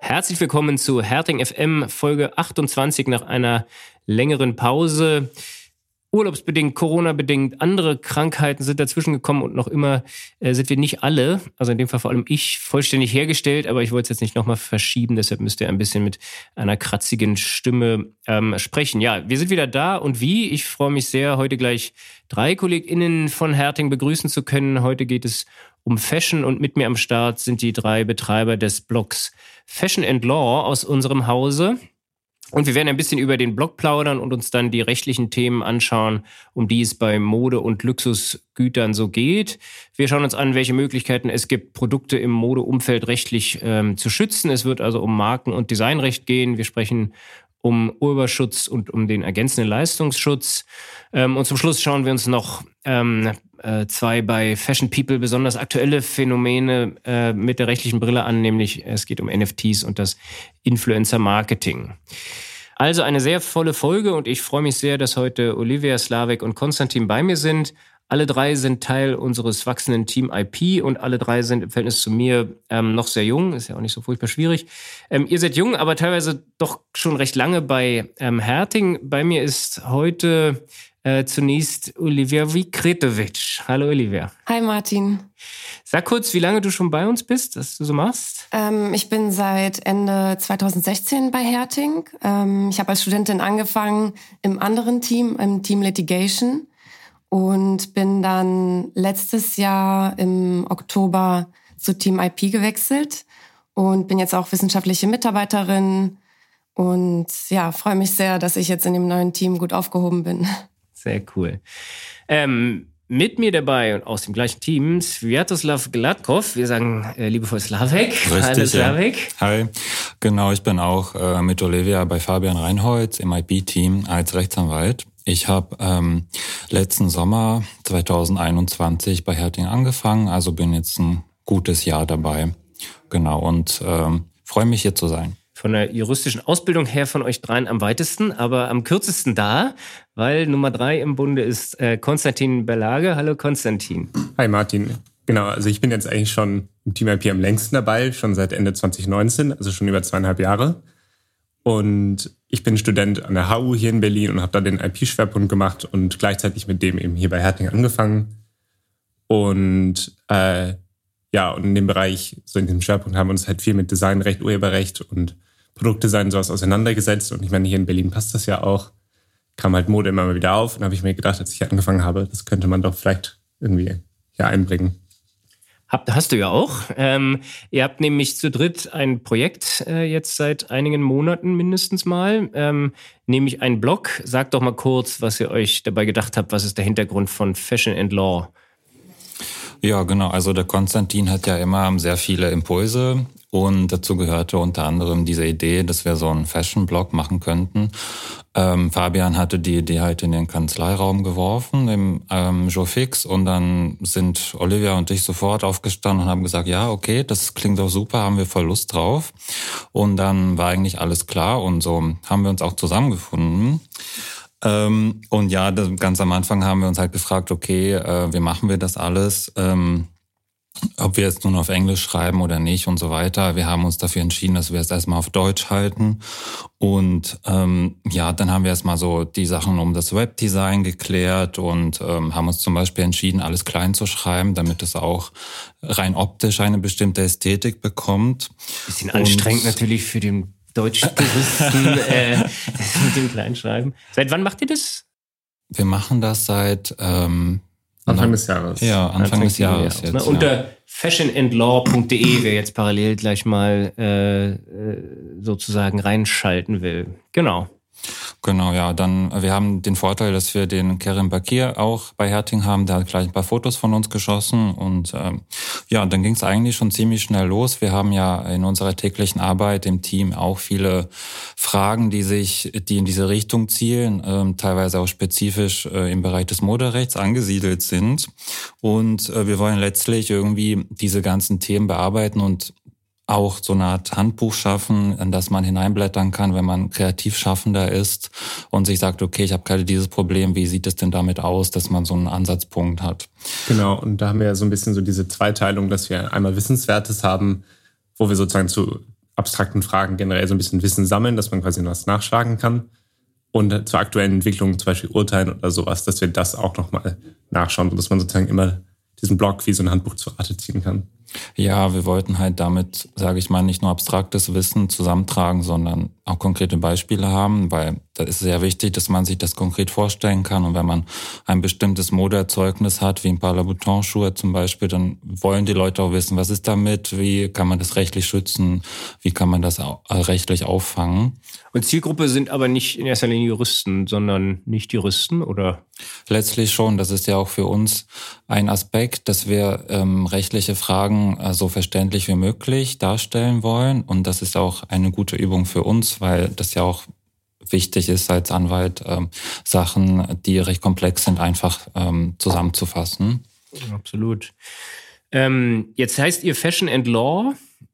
Herzlich willkommen zu Herting FM Folge 28 nach einer längeren Pause. Urlaubsbedingt, Corona-bedingt, andere Krankheiten sind dazwischen gekommen und noch immer sind wir nicht alle, also in dem Fall vor allem ich, vollständig hergestellt, aber ich wollte es jetzt nicht nochmal verschieben, deshalb müsst ihr ein bisschen mit einer kratzigen Stimme sprechen. Ja, wir sind wieder da und wie? Ich freue mich sehr, heute gleich 3 KollegInnen von Herting begrüßen zu können. Heute geht es um Fashion und mit mir am Start sind die 3 Betreiber des Blogs Fashion & Law aus unserem Hause. Und wir werden ein bisschen über den Blog plaudern und uns dann die rechtlichen Themen anschauen, um die es bei Mode- und Luxusgütern so geht. Wir schauen uns an, welche Möglichkeiten es gibt, Produkte im Modeumfeld rechtlich zu schützen. Es wird also um Marken- und Designrecht gehen. Wir sprechen um Urheberschutz und um den ergänzenden Leistungsschutz. Und zum Schluss schauen wir uns noch 2 bei Fashion People besonders aktuelle Phänomene mit der rechtlichen Brille an, nämlich es geht um NFTs und das Influencer-Marketing. Also eine sehr volle Folge und ich freue mich sehr, dass heute Olivia, Slavek und Konstantin bei mir sind. Alle 3 sind Teil unseres wachsenden Team IP und alle 3 sind im Verhältnis zu mir noch sehr jung. Ist ja auch nicht so furchtbar schwierig. Ihr seid jung, aber teilweise doch schon recht lange bei Herting. Bei mir ist heute zunächst Olivia Vikretovic. Hallo Olivia. Hi Martin. Sag kurz, wie lange du schon bei uns bist, was du so machst. Ich bin seit Ende 2016 bei Herting. Ich habe als Studentin angefangen im anderen Team, im Team Litigation. Und bin dann letztes Jahr im Oktober zu Team IP gewechselt und bin jetzt auch wissenschaftliche Mitarbeiterin und ja, freue mich sehr, dass ich jetzt in dem neuen Team gut aufgehoben bin. Sehr cool. Mit mir dabei und aus dem gleichen Team Sviatoslav Gladkov. Wir sagen liebevoll Slavek. Richtig, hallo Slavek. Ja. Hi, genau, ich bin auch mit Olivia bei Fabian Reinholz im IP-Team als Rechtsanwalt. Ich habe letzten Sommer 2021 bei Herting angefangen, also bin jetzt ein gutes Jahr dabei. Genau, und freue mich hier zu sein. Von der juristischen Ausbildung her von euch 3 am weitesten, aber am kürzesten da, weil Nummer 3 im Bunde ist Konstantin Berlage. Hallo Konstantin. Hi Martin. Genau, also ich bin jetzt eigentlich schon im Team IP am längsten dabei, schon seit Ende 2019, also schon über 2,5 Jahre. Und ich bin Student an der HU hier in Berlin und habe da den IP-Schwerpunkt gemacht und gleichzeitig mit dem eben hier bei Herting angefangen. Und und in dem Bereich, so in dem Schwerpunkt, haben wir uns halt viel mit Designrecht, Urheberrecht und Produktdesign sowas auseinandergesetzt. Und ich meine, hier in Berlin passt das ja auch. Kam halt Mode immer mal wieder auf und habe ich mir gedacht, als ich hier angefangen habe, das könnte man doch vielleicht irgendwie hier einbringen. Hast du ja auch. Ihr habt nämlich zu dritt ein Projekt jetzt seit einigen Monaten mindestens mal, nämlich einen Blog. Sagt doch mal kurz, was ihr euch dabei gedacht habt. Was ist der Hintergrund von Fashion & Law? Ja, genau. Also der Konstantin hat ja immer sehr viele Impulse und dazu gehörte unter anderem diese Idee, dass wir so einen Fashion-Blog machen könnten. Fabian hatte die Idee halt in den Kanzleiraum geworfen, im Jour Fix, und dann sind Olivia und ich sofort aufgestanden und haben gesagt, ja, okay, das klingt doch super, haben wir voll Lust drauf. Und dann war eigentlich alles klar und so haben wir uns auch zusammengefunden. Und ja, ganz am Anfang haben wir uns halt gefragt, okay, wie machen wir das alles? Ob wir jetzt nun auf Englisch schreiben oder nicht und so weiter. Wir haben uns dafür entschieden, dass wir es erstmal auf Deutsch halten. Und dann haben wir erstmal so die Sachen um das Webdesign geklärt und haben uns zum Beispiel entschieden, alles klein zu schreiben, damit es auch rein optisch eine bestimmte Ästhetik bekommt. Bisschen anstrengend natürlich für den Deutschtouristen, das mit dem Kleinschreiben. Seit wann macht ihr das? Wir machen das seit Anfang des Jahres. Ja, Anfang des Jahres jetzt. Ne? Unter fashionandlaw.de, wer jetzt parallel gleich mal sozusagen reinschalten will. Genau. Genau, ja. Dann, wir haben den Vorteil, dass wir den Kerim Bakir auch bei Herting haben. Der hat gleich ein paar Fotos von uns geschossen und dann ging es eigentlich schon ziemlich schnell los. Wir haben ja in unserer täglichen Arbeit im Team auch viele Fragen, die in diese Richtung zielen, teilweise auch spezifisch im Bereich des Moderechts angesiedelt sind. Und wir wollen letztlich irgendwie diese ganzen Themen bearbeiten und auch so eine Art Handbuch schaffen, in das man hineinblättern kann, wenn man kreativ Schaffender ist und sich sagt, okay, ich habe gerade dieses Problem, wie sieht es denn damit aus, dass man so einen Ansatzpunkt hat. Genau, und da haben wir ja so ein bisschen so diese Zweiteilung, dass wir einmal Wissenswertes haben, wo wir sozusagen zu abstrakten Fragen generell so ein bisschen Wissen sammeln, dass man quasi noch was nachschlagen kann. Und zur aktuellen Entwicklung, zum Beispiel Urteilen oder sowas, dass wir das auch nochmal nachschauen, dass man sozusagen immer diesen Blog wie so ein Handbuch zu Rate ziehen kann. Ja, wir wollten halt damit, sage ich mal, nicht nur abstraktes Wissen zusammentragen, sondern auch konkrete Beispiele haben, weil da ist sehr wichtig, dass man sich das konkret vorstellen kann. Und wenn man ein bestimmtes Modeerzeugnis hat, wie ein paar Louboutin-Schuhe zum Beispiel, dann wollen die Leute auch wissen, was ist damit, wie kann man das rechtlich schützen, wie kann man das auch rechtlich auffangen. Und Zielgruppe sind aber nicht in erster Linie Juristen, sondern nicht Juristen, oder? Letztlich schon. Das ist ja auch für uns ein Aspekt, dass wir rechtliche Fragen so verständlich wie möglich darstellen wollen. Und das ist auch eine gute Übung für uns, weil das ja auch wichtig ist als Anwalt, Sachen, die recht komplex sind, einfach zusammenzufassen. Absolut. Jetzt heißt ihr Fashion and Law.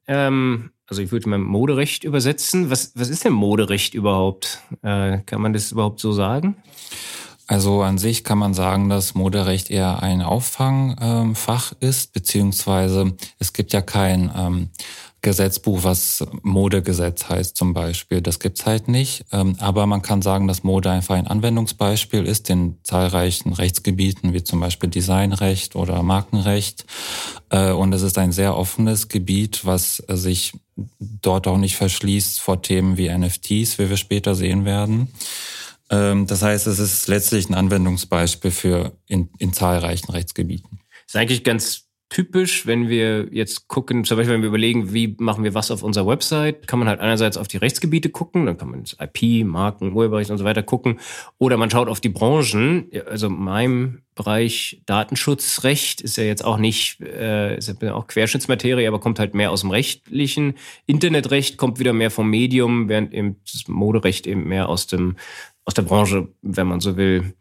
Also ich würde mal Moderecht übersetzen. Was ist denn Moderecht überhaupt? Kann man das überhaupt so sagen? Also an sich kann man sagen, dass Moderecht eher ein Auffangfach ist, beziehungsweise es gibt ja kein Gesetzbuch, was Modegesetz heißt zum Beispiel. Das gibt's halt nicht. Aber man kann sagen, dass Mode einfach ein Anwendungsbeispiel ist in zahlreichen Rechtsgebieten, wie zum Beispiel Designrecht oder Markenrecht. Und es ist ein sehr offenes Gebiet, was sich dort auch nicht verschließt vor Themen wie NFTs, wie wir später sehen werden. Das heißt, es ist letztlich ein Anwendungsbeispiel für in zahlreichen Rechtsgebieten. Das ist eigentlich ganz typisch, wenn wir jetzt gucken, zum Beispiel wenn wir überlegen, wie machen wir was auf unserer Website, kann man halt einerseits auf die Rechtsgebiete gucken, dann kann man ins IP, Marken, Urheberrecht und so weiter gucken, oder man schaut auf die Branchen. Also in meinem Bereich Datenschutzrecht ist ja jetzt auch nicht, ist ja auch Querschnittsmaterie, aber kommt halt mehr aus dem Rechtlichen. Internetrecht kommt wieder mehr vom Medium, während eben das Moderecht eben mehr aus der Branche, wenn man so will,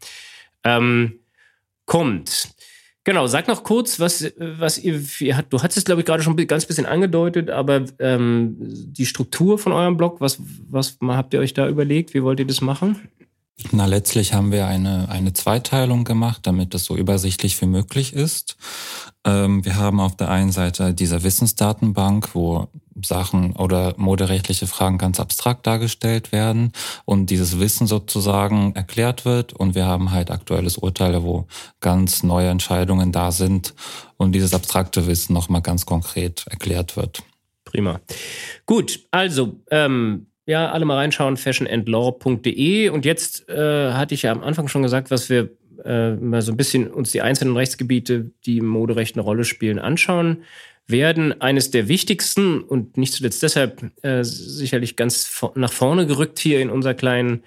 kommt. Genau, sag noch kurz, was ihr habt. Du hattest es, glaube ich, gerade schon ein ganz bisschen angedeutet, aber die Struktur von eurem Blog, was habt ihr euch da überlegt? Wie wollt ihr das machen? Na, letztlich haben wir eine Zweiteilung gemacht, damit das so übersichtlich wie möglich ist. Wir haben auf der einen Seite diese Wissensdatenbank, wo Sachen oder moderechtliche Fragen ganz abstrakt dargestellt werden und dieses Wissen sozusagen erklärt wird. Und wir haben halt aktuelles Urteile, wo ganz neue Entscheidungen da sind und dieses abstrakte Wissen nochmal ganz konkret erklärt wird. Prima. Gut, also ja, alle mal reinschauen, fashionandlaw.de. Und jetzt hatte ich ja am Anfang schon gesagt, was wir mal so ein bisschen uns die einzelnen Rechtsgebiete, die im Moderecht eine Rolle spielen, anschauen werden. Eines der wichtigsten und nicht zuletzt deshalb sicherlich ganz nach vorne gerückt hier in unserer kleinen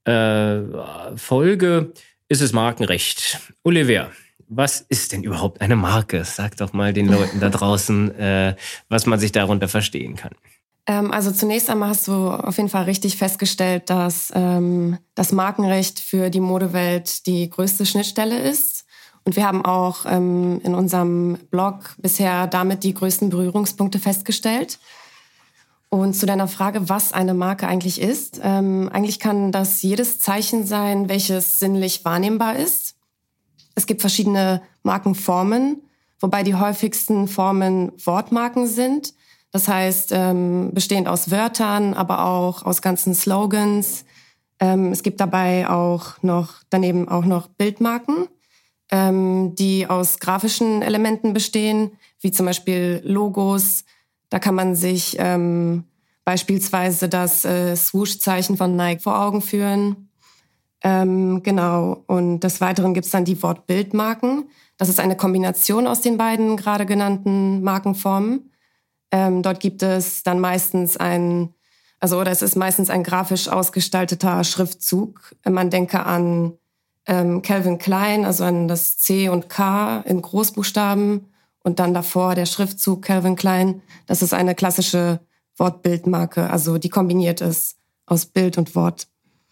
Folge ist das Markenrecht. Oliver, was ist denn überhaupt eine Marke? Sag doch mal den Leuten da draußen, was man sich darunter verstehen kann. Also zunächst einmal hast du auf jeden Fall richtig festgestellt, dass das Markenrecht für die Modewelt die größte Schnittstelle ist. Und wir haben auch in unserem Blog bisher damit die größten Berührungspunkte festgestellt. Und zu deiner Frage, was eine Marke eigentlich ist. Eigentlich kann das jedes Zeichen sein, welches sinnlich wahrnehmbar ist. Es gibt verschiedene Markenformen, wobei die häufigsten Formen Wortmarken sind. Das heißt, bestehend aus Wörtern, aber auch aus ganzen Slogans. Es gibt dabei daneben auch noch Bildmarken, die aus grafischen Elementen bestehen, wie zum Beispiel Logos. Da kann man sich beispielsweise das Swoosh-Zeichen von Nike vor Augen führen. Genau. Und des Weiteren gibt es dann die Wortbildmarken. Das ist eine Kombination aus den beiden gerade genannten Markenformen. Dort gibt es dann meistens es ist meistens ein grafisch ausgestalteter Schriftzug. Man denke an Calvin Klein, also an das C und K in Großbuchstaben und dann davor der Schriftzug Calvin Klein. Das ist eine klassische Wortbildmarke, also die kombiniert ist aus Bild und Wort.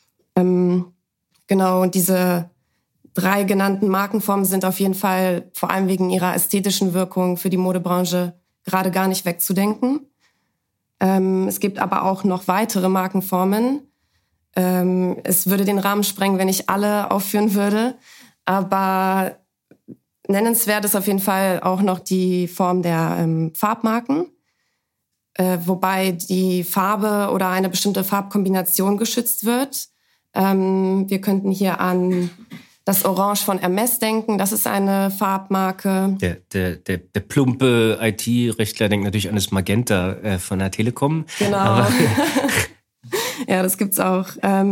Genau, und diese 3 genannten Markenformen sind auf jeden Fall vor allem wegen ihrer ästhetischen Wirkung für die Modebranche gerade gar nicht wegzudenken. Es gibt aber auch noch weitere Markenformen. Es würde den Rahmen sprengen, wenn ich alle aufführen würde. Aber nennenswert ist auf jeden Fall auch noch die Form der Farbmarken. wobei die Farbe oder eine bestimmte Farbkombination geschützt wird. Wir könnten hier an das Orange von Hermès denken, das ist eine Farbmarke. Der plumpe IT-Rechtler denkt natürlich an das Magenta von der Telekom. Genau. Ja, das gibt's auch.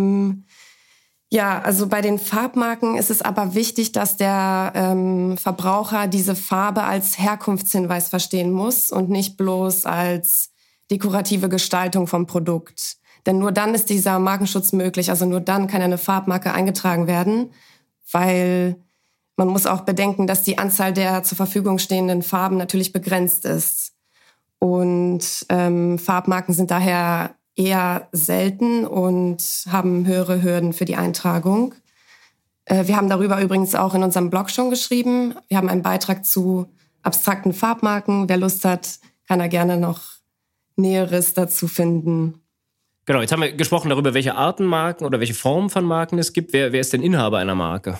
Ja, also bei den Farbmarken ist es aber wichtig, dass der Verbraucher diese Farbe als Herkunftshinweis verstehen muss und nicht bloß als dekorative Gestaltung vom Produkt. Denn nur dann ist dieser Markenschutz möglich, also nur dann kann eine Farbmarke eingetragen werden, weil man muss auch bedenken, dass die Anzahl der zur Verfügung stehenden Farben natürlich begrenzt ist. Und Farbmarken sind daher eher selten und haben höhere Hürden für die Eintragung. Wir haben darüber übrigens auch in unserem Blog schon geschrieben. Wir haben einen Beitrag zu abstrakten Farbmarken. Wer Lust hat, kann da gerne noch Näheres dazu finden. Genau, jetzt haben wir gesprochen darüber, welche Arten Marken oder welche Formen von Marken es gibt. Wer ist denn Inhaber einer Marke?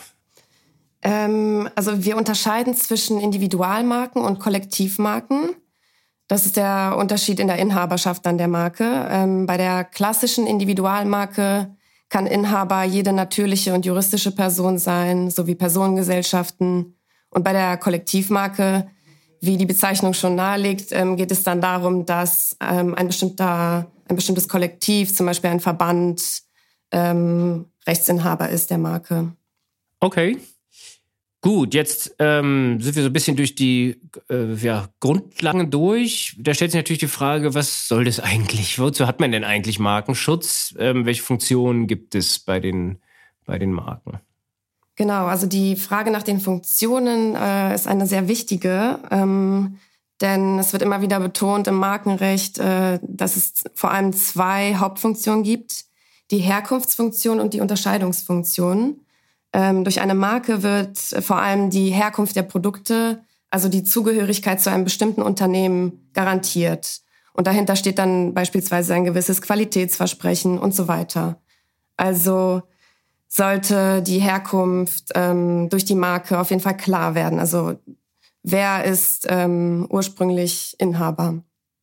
Also wir unterscheiden zwischen Individualmarken und Kollektivmarken. Das ist der Unterschied in der Inhaberschaft dann der Marke. Bei der klassischen Individualmarke kann Inhaber jede natürliche und juristische Person sein, sowie Personengesellschaften. Und bei der Kollektivmarke, wie die Bezeichnung schon nahelegt, geht es dann darum, dass ein bestimmtes Kollektiv, zum Beispiel ein Verband, Rechtsinhaber ist der Marke. Okay. Gut, jetzt sind wir so ein bisschen durch die Grundlagen durch. Da stellt sich natürlich die Frage, was soll das eigentlich? Wozu hat man denn eigentlich Markenschutz? Welche Funktionen gibt es bei den Marken? Genau, also die Frage nach den Funktionen ist eine sehr wichtige, denn es wird immer wieder betont im Markenrecht, dass es vor allem 2 Hauptfunktionen gibt, die Herkunftsfunktion und die Unterscheidungsfunktion. Durch eine Marke wird vor allem die Herkunft der Produkte, also die Zugehörigkeit zu einem bestimmten Unternehmen, garantiert. Und dahinter steht dann beispielsweise ein gewisses Qualitätsversprechen und so weiter. Also sollte die Herkunft durch die Marke auf jeden Fall klar werden. Also wer ist ursprünglich Inhaber?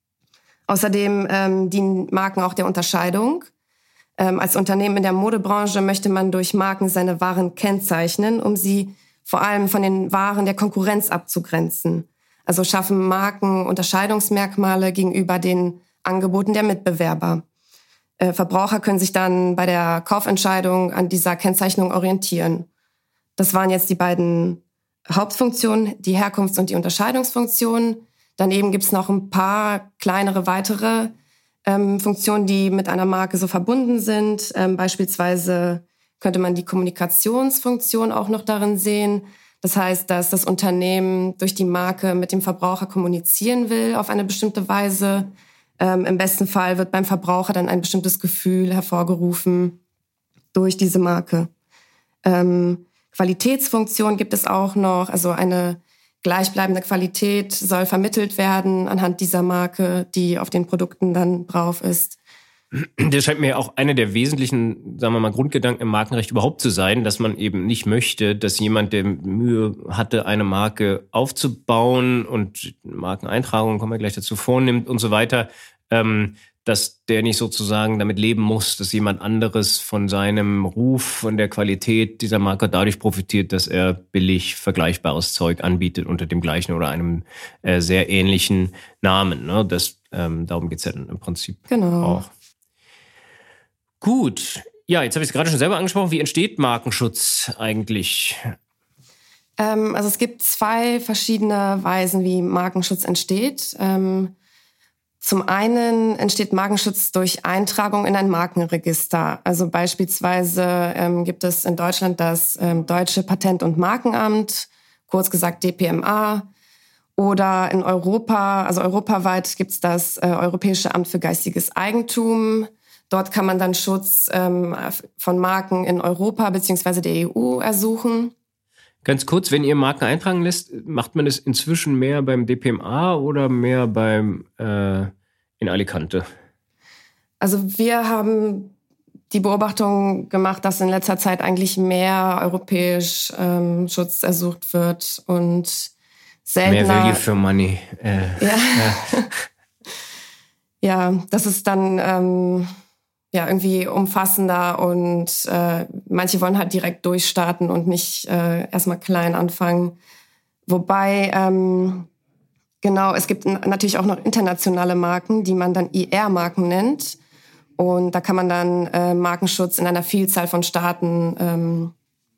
Außerdem dienen Marken auch der Unterscheidung. Als Unternehmen in der Modebranche möchte man durch Marken seine Waren kennzeichnen, um sie vor allem von den Waren der Konkurrenz abzugrenzen. Also schaffen Marken Unterscheidungsmerkmale gegenüber den Angeboten der Mitbewerber. Verbraucher können sich dann bei der Kaufentscheidung an dieser Kennzeichnung orientieren. Das waren jetzt die beiden Hauptfunktionen, die Herkunfts- und die Unterscheidungsfunktion. Daneben gibt es noch ein paar kleinere weitere Funktionen, die mit einer Marke so verbunden sind. Beispielsweise könnte man die Kommunikationsfunktion auch noch darin sehen. Das heißt, dass das Unternehmen durch die Marke mit dem Verbraucher kommunizieren will auf eine bestimmte Weise. Im besten Fall wird beim Verbraucher dann ein bestimmtes Gefühl hervorgerufen durch diese Marke. Qualitätsfunktion gibt es auch noch, also eine gleichbleibende Qualität soll vermittelt werden anhand dieser Marke, die auf den Produkten dann drauf ist. Das scheint mir auch einer der wesentlichen, sagen wir mal, Grundgedanken im Markenrecht überhaupt zu sein, dass man eben nicht möchte, dass jemand, der Mühe hatte, eine Marke aufzubauen und Markeneintragungen, kommen wir gleich dazu, vornimmt und so weiter, dass der nicht sozusagen damit leben muss, dass jemand anderes von seinem Ruf, von der Qualität dieser Marke dadurch profitiert, dass er billig vergleichbares Zeug anbietet unter dem gleichen oder einem sehr ähnlichen Namen. Ne? Darum geht's ja dann im Prinzip auch. Gut. Ja, jetzt habe ich es gerade schon selber angesprochen. Wie entsteht Markenschutz eigentlich? Also es gibt 2 verschiedene Weisen, wie Markenschutz entsteht. Zum einen entsteht Markenschutz durch Eintragung in ein Markenregister. Also beispielsweise gibt es in Deutschland das Deutsche Patent- und Markenamt, kurz gesagt DPMA. Oder in Europa, also europaweit, gibt es das Europäische Amt für geistiges Eigentum. Dort kann man dann Schutz von Marken in Europa bzw. der EU ersuchen. Ganz kurz, wenn ihr Marken eintragen lässt, macht man das inzwischen mehr beim DPMA oder mehr in Alicante? Also wir haben die Beobachtung gemacht, dass in letzter Zeit eigentlich mehr europäisch Schutz ersucht wird und seltener... Mehr Value for Money. Ja, das ist dann irgendwie umfassender und manche wollen halt direkt durchstarten und nicht erstmal klein anfangen. Wobei, genau, es gibt natürlich auch noch internationale Marken, die man dann IR-Marken nennt. Und da kann man dann Markenschutz in einer Vielzahl von Staaten,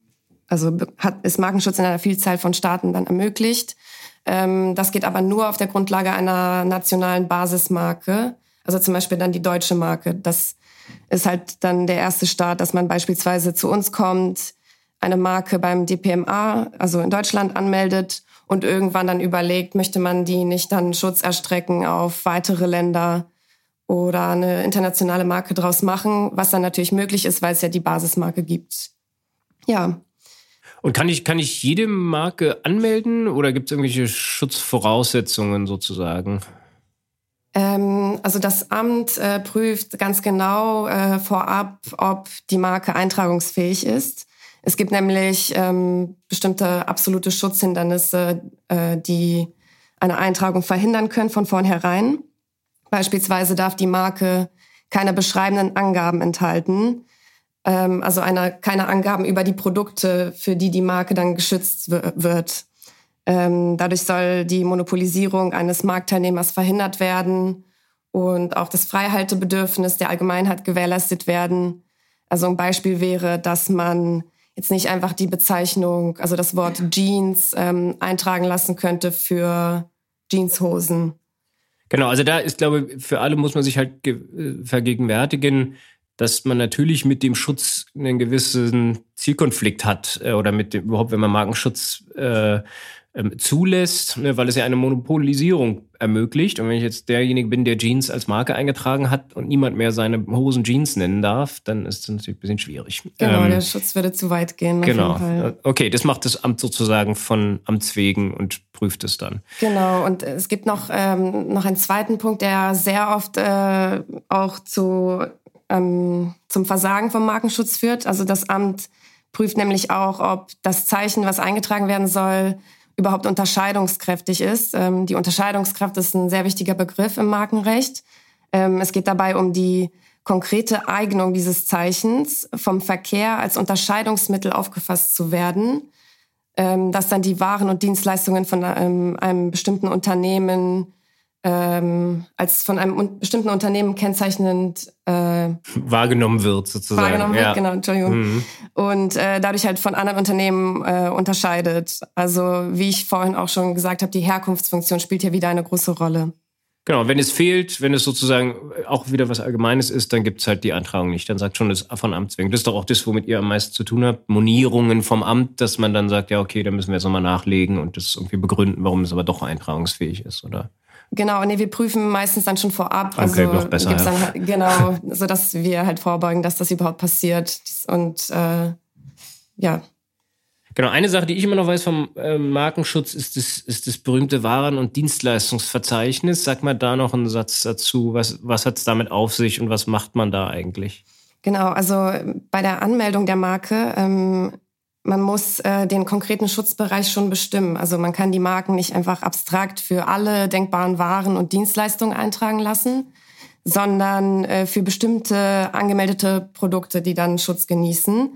ist Markenschutz in einer Vielzahl von Staaten dann ermöglicht. Das geht aber nur auf der Grundlage einer nationalen Basismarke, also zum Beispiel dann die deutsche Marke. Das ist halt dann der erste Start, dass man beispielsweise zu uns kommt, eine Marke beim DPMA, also in Deutschland, anmeldet und irgendwann dann überlegt, möchte man die nicht dann Schutz erstrecken auf weitere Länder oder eine internationale Marke draus machen, was dann natürlich möglich ist, weil es ja die Basismarke gibt. Ja. Und kann ich jede Marke anmelden oder gibt es irgendwelche Schutzvoraussetzungen sozusagen? Also das Amt prüft ganz genau vorab, ob die Marke eintragungsfähig ist. Es gibt nämlich bestimmte absolute Schutzhindernisse, die eine Eintragung verhindern können von vornherein. Beispielsweise darf die Marke keine beschreibenden Angaben enthalten, also keine Angaben über die Produkte, für die die Marke dann geschützt wird. Dadurch soll die Monopolisierung eines Marktteilnehmers verhindert werden und auch das Freihaltebedürfnis der Allgemeinheit gewährleistet werden. Also ein Beispiel wäre, dass man jetzt nicht einfach die Bezeichnung, also das Wort Jeans eintragen lassen könnte für Jeanshosen. Genau, also da ist, glaube ich, für alle muss man sich halt vergegenwärtigen, dass man natürlich mit dem Schutz einen gewissen Zielkonflikt hat oder mit dem, überhaupt, wenn man Markenschutz zulässt, ne, weil es ja eine Monopolisierung ermöglicht. Und wenn ich jetzt derjenige bin, der Jeans als Marke eingetragen hat und niemand mehr seine Hosen Jeans nennen darf, dann ist das natürlich ein bisschen schwierig. Genau, der Schutz würde zu weit gehen. Genau. Auf jeden Fall. Okay, das macht das Amt sozusagen von Amts wegen und prüft es dann. Genau, und es gibt noch einen zweiten Punkt, der sehr oft auch zum Versagen vom Markenschutz führt. Also das Amt prüft nämlich auch, ob das Zeichen, was eingetragen werden soll, überhaupt unterscheidungskräftig ist. Die Unterscheidungskraft ist ein sehr wichtiger Begriff im Markenrecht. Es geht dabei um die konkrete Eignung dieses Zeichens vom Verkehr als Unterscheidungsmittel aufgefasst zu werden, dass dann die Waren und Dienstleistungen von einem bestimmten Unternehmen als von einem bestimmten Unternehmen kennzeichnend wahrgenommen wird, sozusagen. Wahrgenommen wird, genau, Entschuldigung. Mhm. Und dadurch halt von anderen Unternehmen unterscheidet. Also wie ich vorhin auch schon gesagt habe, die Herkunftsfunktion spielt hier wieder eine große Rolle. Genau, wenn es fehlt, wenn es sozusagen auch wieder was Allgemeines ist, dann gibt es halt die Eintragung nicht. Dann sagt schon das von Amts wegen. Das ist doch auch das, womit ihr am meisten zu tun habt. Monierungen vom Amt, dass man dann sagt, ja okay, da müssen wir jetzt nochmal nachlegen und das irgendwie begründen, warum es aber doch eintragungsfähig ist, oder? Genau, nee, wir prüfen meistens dann schon vorab. Okay, also noch besser. Gibt's dann halt, genau, so dass wir halt vorbeugen, dass das überhaupt passiert. Und ja. Genau, eine Sache, die ich immer noch weiß vom Markenschutz, ist das berühmte Waren- und Dienstleistungsverzeichnis. Sag mal da noch einen Satz dazu. Was hat es damit auf sich und was macht man da eigentlich? Genau, also bei der Anmeldung der Marke, man muss den konkreten Schutzbereich schon bestimmen. Also man kann die Marken nicht einfach abstrakt für alle denkbaren Waren und Dienstleistungen eintragen lassen, sondern für bestimmte angemeldete Produkte, die dann Schutz genießen.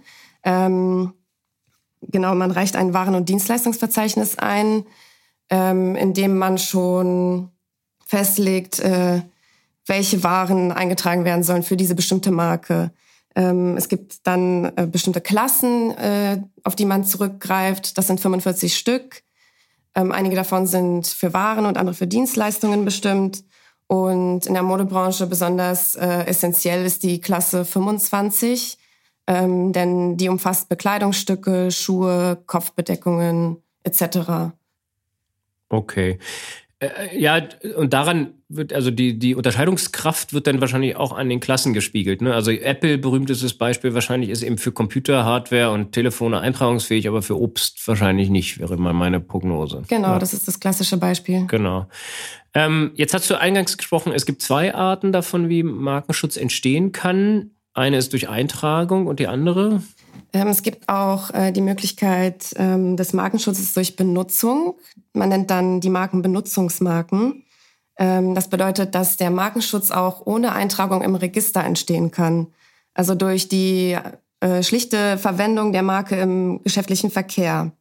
Genau, man reicht ein Waren- und Dienstleistungsverzeichnis ein, in dem man schon festlegt, welche Waren eingetragen werden sollen für diese bestimmte Marke. Es gibt dann bestimmte Klassen, auf die man zurückgreift. Das sind 45 Stück. Einige davon sind für Waren und andere für Dienstleistungen bestimmt. Und in der Modebranche besonders essentiell ist die Klasse 25, denn die umfasst Bekleidungsstücke, Schuhe, Kopfbedeckungen etc. Okay. Ja, und daran wird, also die Unterscheidungskraft wird dann wahrscheinlich auch an den Klassen gespiegelt, ne? Also Apple, berühmtestes Beispiel wahrscheinlich, ist eben für Computer, Hardware und Telefone eintragungsfähig, aber für Obst wahrscheinlich nicht, wäre mal meine Prognose. Genau, ja. Das ist das klassische Beispiel. Genau. Jetzt hast du eingangs gesprochen, es gibt 2 Arten davon, wie Markenschutz entstehen kann. Eine ist durch Eintragung und die andere? Es gibt auch die Möglichkeit des Markenschutzes durch Benutzung. Man nennt dann die Marken Benutzungsmarken. Das bedeutet, dass der Markenschutz auch ohne Eintragung im Register entstehen kann. Also durch die schlichte Verwendung der Marke im geschäftlichen Verkehr.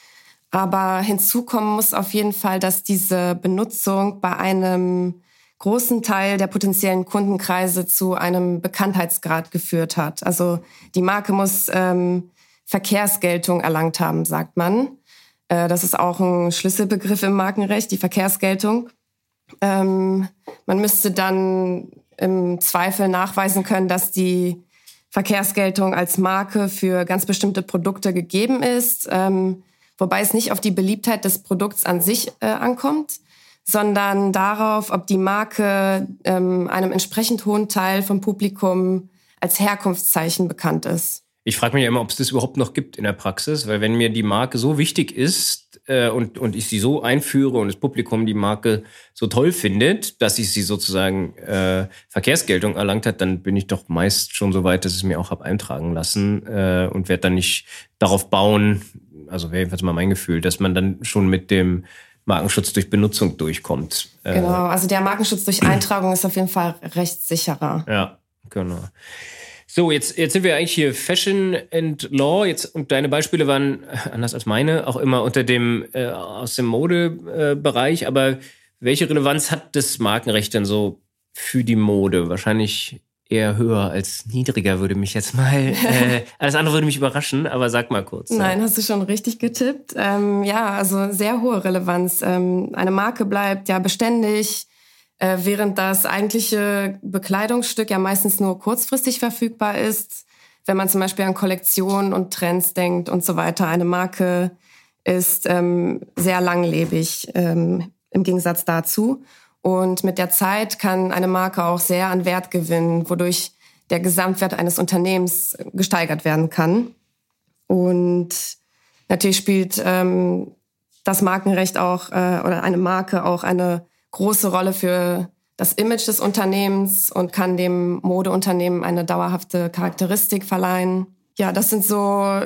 Aber hinzu kommen muss auf jeden Fall, dass diese Benutzung bei einem großen Teil der potenziellen Kundenkreise zu einem Bekanntheitsgrad geführt hat. Also die Marke muss Verkehrsgeltung erlangt haben, sagt man. Das ist auch ein Schlüsselbegriff im Markenrecht, die Verkehrsgeltung. Man müsste dann im Zweifel nachweisen können, dass die Verkehrsgeltung als Marke für ganz bestimmte Produkte gegeben ist, wobei es nicht auf die Beliebtheit des Produkts an sich ankommt, sondern darauf, ob die Marke einem entsprechend hohen Teil vom Publikum als Herkunftszeichen bekannt ist. Ich frage mich ja immer, ob es das überhaupt noch gibt in der Praxis, weil wenn mir die Marke so wichtig ist und ich sie so einführe und das Publikum die Marke so toll findet, dass ich sie sozusagen Verkehrsgeltung erlangt hat, dann bin ich doch meist schon so weit, dass ich es mir auch habe eintragen lassen und werde dann nicht darauf bauen, also wäre jedenfalls mal mein Gefühl, dass man dann schon mit dem Markenschutz durch Benutzung durchkommt. Genau, also der Markenschutz durch Eintragung ist auf jeden Fall rechtssicherer. Ja, genau. So, jetzt sind wir eigentlich hier Fashion and Law. Und deine Beispiele waren, anders als meine, auch immer unter dem aus dem Modebereich. Aber welche Relevanz hat das Markenrecht denn so für die Mode? Wahrscheinlich eher höher als niedriger, würde mich jetzt mal... alles andere würde mich überraschen, aber sag mal kurz. Nein, hast du schon richtig getippt. Ja, also sehr hohe Relevanz. Eine Marke bleibt ja beständig, während das eigentliche Bekleidungsstück ja meistens nur kurzfristig verfügbar ist. Wenn man zum Beispiel an Kollektionen und Trends denkt und so weiter. Eine Marke ist sehr langlebig im Gegensatz dazu. Und mit der Zeit kann eine Marke auch sehr an Wert gewinnen, wodurch der Gesamtwert eines Unternehmens gesteigert werden kann. Und natürlich spielt das Markenrecht auch oder eine Marke auch eine große Rolle für das Image des Unternehmens und kann dem Modeunternehmen eine dauerhafte Charakteristik verleihen. Ja, das sind so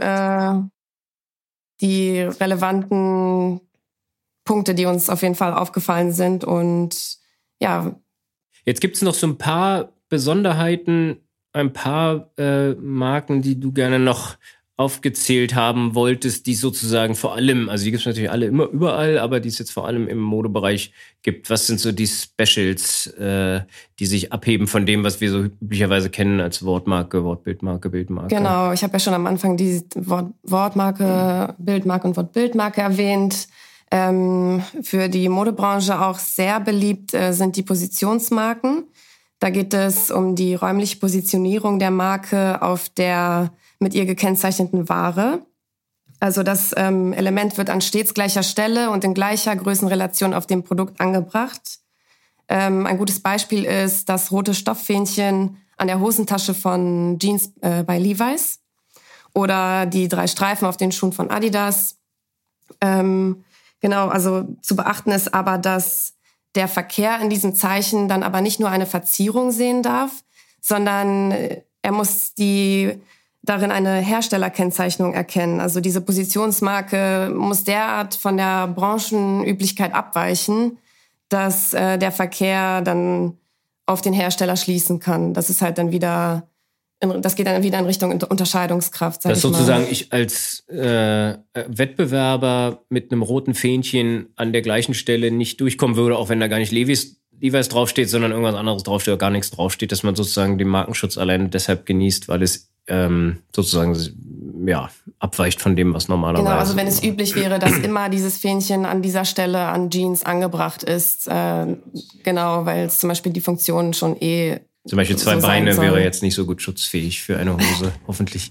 die relevanten Punkte, die uns auf jeden Fall aufgefallen sind. Und ja. Jetzt gibt es noch so ein paar Besonderheiten, ein paar Marken, die du gerne noch aufgezählt haben wolltest, die sozusagen vor allem, also die gibt es natürlich alle immer überall, aber die es jetzt vor allem im Modebereich gibt. Was sind so die Specials, die sich abheben von dem, was wir so üblicherweise kennen als Wortmarke, Wortbildmarke, Bildmarke? Genau, ich habe ja schon am Anfang die Wortmarke, Bildmarke und Wortbildmarke erwähnt. Für die Modebranche auch sehr beliebt sind die Positionsmarken. Da geht es um die räumliche Positionierung der Marke auf der mit ihr gekennzeichneten Ware. Also das Element wird an stets gleicher Stelle und in gleicher Größenrelation auf dem Produkt angebracht. Ein gutes Beispiel ist das rote Stofffähnchen an der Hosentasche von Jeans bei Levi's oder die 3 Streifen auf den Schuhen von Adidas. Genau, also zu beachten ist aber, dass der Verkehr in diesem Zeichen dann aber nicht nur eine Verzierung sehen darf, sondern er muss darin eine Herstellerkennzeichnung erkennen. Also diese Positionsmarke muss derart von der Branchenüblichkeit abweichen, dass der Verkehr dann auf den Hersteller schließen kann. Das ist halt dann wieder, das geht dann wieder in Richtung Unterscheidungskraft, sag ich mal. Dass sozusagen ich als Wettbewerber mit einem roten Fähnchen an der gleichen Stelle nicht durchkommen würde, auch wenn da gar nicht Levi's draufsteht, sondern irgendwas anderes draufsteht oder gar nichts draufsteht, dass man sozusagen den Markenschutz allein deshalb genießt, weil es sozusagen ja abweicht von dem, was normalerweise... Genau, also wenn es üblich wäre, dass immer dieses Fähnchen an dieser Stelle an Jeans angebracht ist, genau, weil es zum Beispiel die Funktion schon zum Beispiel 2 Beine wäre jetzt nicht so gut schutzfähig für eine Hose, hoffentlich.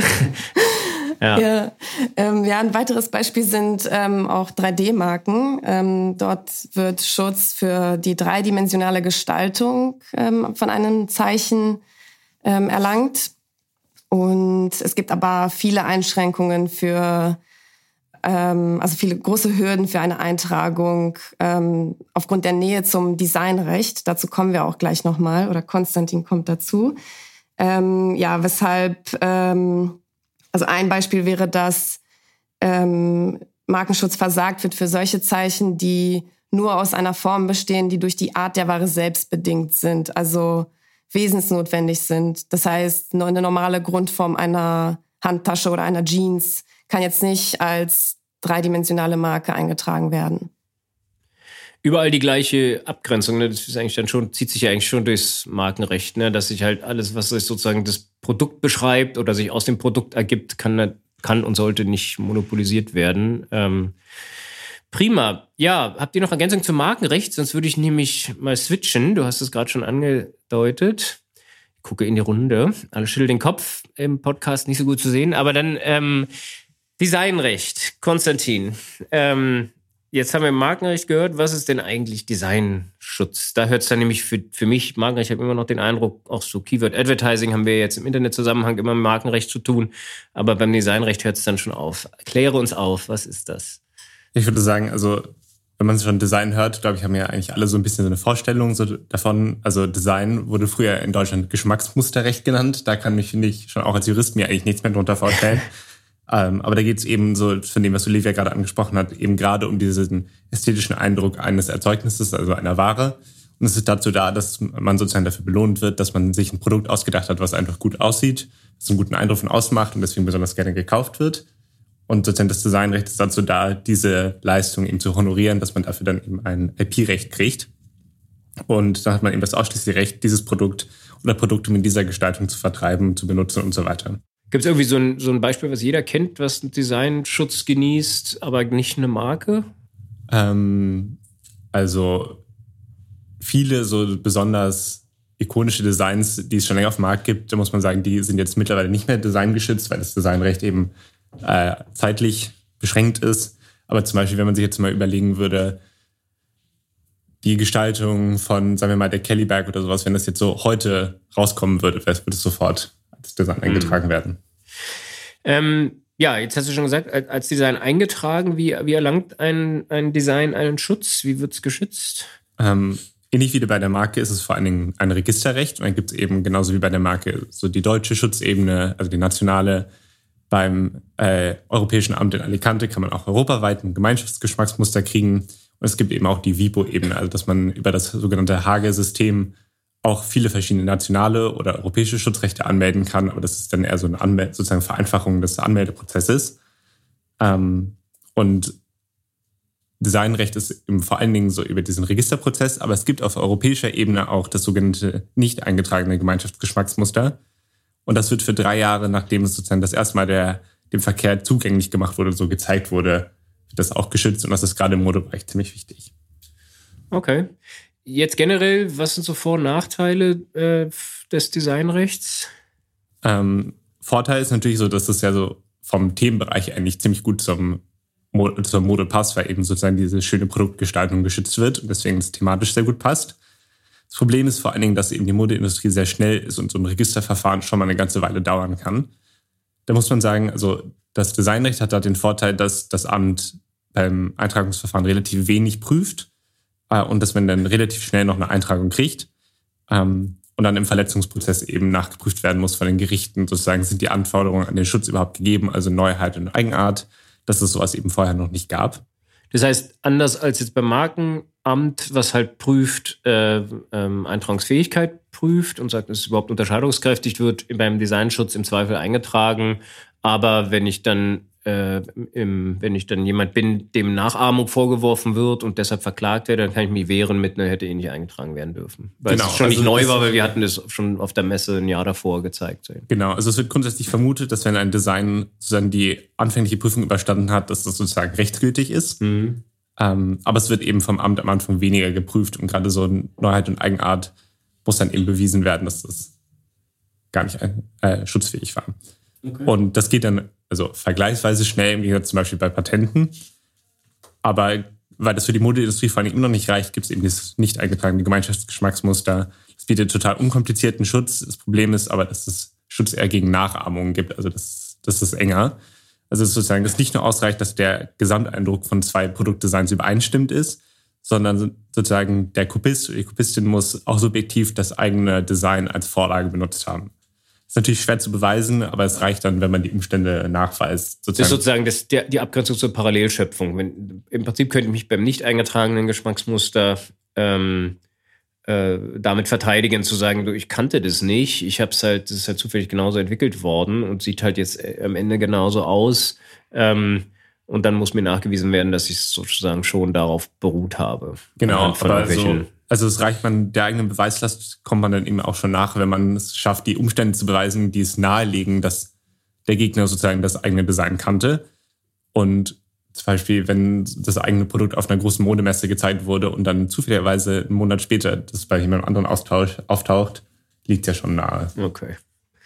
Ja. Ein weiteres Beispiel sind auch 3D-Marken. Dort wird Schutz für die dreidimensionale Gestaltung von einem Zeichen erlangt. Und es gibt aber viele Einschränkungen also viele große Hürden für eine Eintragung aufgrund der Nähe zum Designrecht. Dazu kommen wir auch gleich nochmal, oder Konstantin kommt dazu. Weshalb, also ein Beispiel wäre, dass Markenschutz versagt wird für solche Zeichen, die nur aus einer Form bestehen, die durch die Art der Ware selbst bedingt sind, also wesensnotwendig sind. Das heißt, eine normale Grundform einer Handtasche oder einer Jeans kann jetzt nicht als dreidimensionale Marke eingetragen werden. Überall die gleiche Abgrenzung, ne? Das ist eigentlich dann schon, zieht sich ja eigentlich schon durchs Markenrecht, ne? Dass sich halt alles, was sich sozusagen das Produkt beschreibt oder sich aus dem Produkt ergibt, kann und sollte nicht monopolisiert werden. Prima. Ja, habt ihr noch Ergänzung zum Markenrecht? Sonst würde ich nämlich mal switchen. Du hast es gerade schon angedeutet. Ich gucke in die Runde. Alle schütteln den Kopf. Im Podcast nicht so gut zu sehen. Aber dann Designrecht. Konstantin. Jetzt haben wir Markenrecht gehört. Was ist denn eigentlich Designschutz? Da hört es dann nämlich für mich, Markenrecht, ich habe immer noch den Eindruck, auch so Keyword Advertising haben wir jetzt im Internetzusammenhang immer mit Markenrecht zu tun. Aber beim Designrecht hört es dann schon auf. Kläre uns auf, was ist das? Ich würde sagen, also wenn man schon Design hört, glaube ich, haben ja eigentlich alle so ein bisschen so eine Vorstellung so davon. Also Design wurde früher in Deutschland Geschmacksmusterrecht genannt. Da kann mich, finde ich, schon auch als Jurist mir eigentlich nichts mehr drunter vorstellen. Aber da geht es eben so, von dem, was Olivia gerade angesprochen hat, eben gerade um diesen ästhetischen Eindruck eines Erzeugnisses, also einer Ware. Und es ist dazu da, dass man sozusagen dafür belohnt wird, dass man sich ein Produkt ausgedacht hat, was einfach gut aussieht, was einen guten Eindruck von außen macht und deswegen besonders gerne gekauft wird. Und sozusagen das Designrecht ist dazu da, diese Leistung eben zu honorieren, dass man dafür dann eben ein IP-Recht kriegt. Und dann hat man eben das ausschließliche Recht, dieses Produkt oder Produkte mit dieser Gestaltung zu vertreiben, zu benutzen und so weiter. Gibt es irgendwie so ein Beispiel, was jeder kennt, was einen Designschutz genießt, aber nicht eine Marke? Also viele so besonders ikonische Designs, die es schon länger auf dem Markt gibt, da muss man sagen, die sind jetzt mittlerweile nicht mehr designgeschützt, weil das Designrecht eben zeitlich beschränkt ist. Aber zum Beispiel, wenn man sich jetzt mal überlegen würde, die Gestaltung von, sagen wir mal, der Kellyberg oder sowas, wenn das jetzt so heute rauskommen würde, würde es sofort als Design eingetragen werden. Ja, jetzt hast du schon gesagt, als Design eingetragen, wie erlangt ein Design einen Schutz? Wie wird es geschützt? Ähnlich wie bei der Marke ist es vor allen Dingen ein Registerrecht. Und dann gibt es eben genauso wie bei der Marke so die deutsche Schutzebene, also die nationale. Beim Europäischen Amt in Alicante kann man auch europaweit ein Gemeinschaftsgeschmacksmuster kriegen. Und es gibt eben auch die WIPO-Ebene, also dass man über das sogenannte Hage-System auch viele verschiedene nationale oder europäische Schutzrechte anmelden kann. Aber das ist dann eher so eine sozusagen Vereinfachung des Anmeldeprozesses. Und Designrecht ist eben vor allen Dingen so über diesen Registerprozess. Aber es gibt auf europäischer Ebene auch das sogenannte nicht eingetragene Gemeinschaftsgeschmacksmuster. Und das wird für 3 Jahre, nachdem es sozusagen das erste Mal dem Verkehr zugänglich gemacht wurde, so gezeigt wurde, wird das auch geschützt. Und das ist gerade im Modebereich ziemlich wichtig. Okay. Jetzt generell, was sind so Vor- und Nachteile des Designrechts? Vorteil ist natürlich so, dass es ja so vom Themenbereich eigentlich ziemlich gut zur Mode passt, weil eben sozusagen diese schöne Produktgestaltung geschützt wird und deswegen es thematisch sehr gut passt. Das Problem ist vor allen Dingen, dass eben die Modeindustrie sehr schnell ist und so ein Registerverfahren schon mal eine ganze Weile dauern kann. Da muss man sagen, also das Designrecht hat da den Vorteil, dass das Amt beim Eintragungsverfahren relativ wenig prüft und dass man dann relativ schnell noch eine Eintragung kriegt und dann im Verletzungsprozess eben nachgeprüft werden muss von den Gerichten. Sozusagen sind die Anforderungen an den Schutz überhaupt gegeben, also Neuheit und Eigenart, dass es sowas eben vorher noch nicht gab. Das heißt, anders als jetzt beim Markenamt, was halt prüft, Eintragungsfähigkeit prüft und sagt, es ist überhaupt unterscheidungskräftig, wird beim Designschutz im Zweifel eingetragen. Aber wenn ich dann jemand bin, dem Nachahmung vorgeworfen wird und deshalb verklagt werde, dann kann ich mich wehren mit, hätte nicht eingetragen werden dürfen. Weil es schon nicht neu war, weil wir hatten das schon auf der Messe ein Jahr davor gezeigt. Genau, also es wird grundsätzlich vermutet, dass wenn ein Design sozusagen die anfängliche Prüfung überstanden hat, dass das sozusagen rechtsgültig ist. Mhm. Aber es wird eben vom Amt am Anfang weniger geprüft und gerade so Neuheit und Eigenart muss dann eben bewiesen werden, dass das gar nicht schutzfähig war. Okay. Und das geht dann also vergleichsweise schnell im Gegensatz zum Beispiel bei Patenten. Aber weil das für die Modeindustrie vor allem immer noch nicht reicht, gibt es eben das nicht eingetragene Gemeinschaftsgeschmacksmuster. Das bietet total unkomplizierten Schutz. Das Problem ist aber, dass es Schutz eher gegen Nachahmungen gibt. Also das ist enger. Also es ist sozusagen, dass nicht nur ausreicht, dass der Gesamteindruck von 2 Produktdesigns übereinstimmt ist, sondern sozusagen der Kopist oder die Kopistin muss auch subjektiv das eigene Design als Vorlage benutzt haben. Ist natürlich schwer zu beweisen, aber es reicht dann, wenn man die Umstände nachweist. Das ist sozusagen die Abgrenzung zur Parallelschöpfung. Im Prinzip könnte ich mich beim nicht eingetragenen Geschmacksmuster damit verteidigen, zu sagen, du, ich kannte das nicht, das ist halt zufällig genauso entwickelt worden und sieht halt jetzt am Ende genauso aus. Und dann muss mir nachgewiesen werden, dass ich es sozusagen schon darauf beruht habe. Genau, aber also es reicht der eigenen Beweislast kommt man dann eben auch schon nach, wenn man es schafft, die Umstände zu beweisen, die es nahelegen, dass der Gegner sozusagen das eigene Design kannte. Und zum Beispiel, wenn das eigene Produkt auf einer großen Modemesse gezeigt wurde und dann zufälligerweise einen Monat später das bei jemandem anderen auftaucht, liegt ja schon nahe. Okay.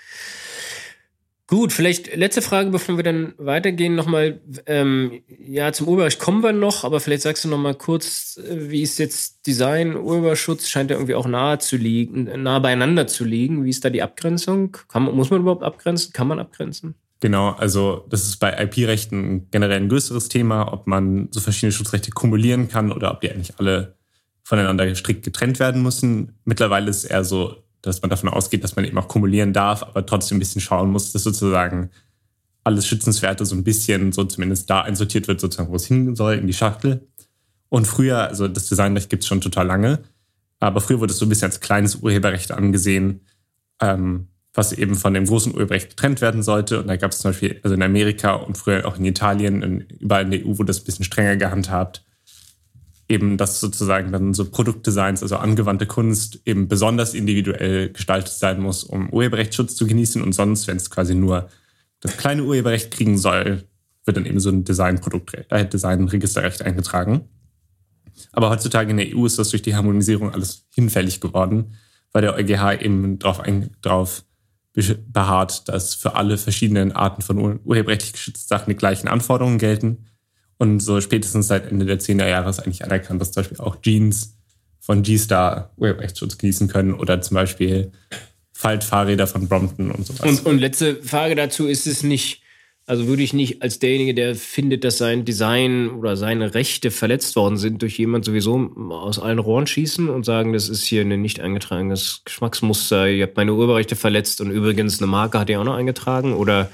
Gut, vielleicht letzte Frage, bevor wir dann weitergehen, nochmal, zum Urheberrecht kommen wir noch, aber vielleicht sagst du nochmal kurz, wie ist jetzt Design, Urheberschutz, scheint ja irgendwie auch nah beieinander zu liegen. Wie ist da die Abgrenzung? Muss man überhaupt abgrenzen? Kann man abgrenzen? Genau, also das ist bei IP-Rechten generell ein größeres Thema, ob man so verschiedene Schutzrechte kumulieren kann oder ob die eigentlich alle voneinander strikt getrennt werden müssen. Mittlerweile ist es eher so, dass man davon ausgeht, dass man eben auch kumulieren darf, aber trotzdem ein bisschen schauen muss, dass sozusagen alles Schützenswerte so ein bisschen so zumindest da einsortiert wird, sozusagen, wo es hin soll, in die Schachtel. Und früher, also das Designrecht gibt es schon total lange, aber früher wurde es so ein bisschen als kleines Urheberrecht angesehen, was eben von dem großen Urheberrecht getrennt werden sollte. Und da gab es zum Beispiel, also in Amerika und früher auch in Italien und überall in der EU wurde das ein bisschen strenger gehandhabt. Eben, dass sozusagen dann so Produktdesigns, also angewandte Kunst, eben besonders individuell gestaltet sein muss, um Urheberrechtsschutz zu genießen. Und sonst, wenn es quasi nur das kleine Urheberrecht kriegen soll, wird dann eben so ein Designregisterrecht eingetragen. Aber heutzutage in der EU ist das durch die Harmonisierung alles hinfällig geworden, weil der EuGH eben darauf beharrt, dass für alle verschiedenen Arten von urheberrechtlich geschützten Sachen die gleichen Anforderungen gelten. Und so spätestens seit Ende der 10er Jahre ist eigentlich anerkannt, dass zum Beispiel auch Jeans von G-Star Urheberrechtsschutz genießen können oder zum Beispiel Faltfahrräder von Brompton und sowas. Und letzte Frage dazu, ist es nicht, also würde ich nicht als derjenige, der findet, dass sein Design oder seine Rechte verletzt worden sind, durch jemand sowieso aus allen Rohren schießen und sagen, das ist hier ein nicht eingetragenes Geschmacksmuster, ihr habt meine Urheberrechte verletzt und übrigens eine Marke hat ihr auch noch eingetragen, oder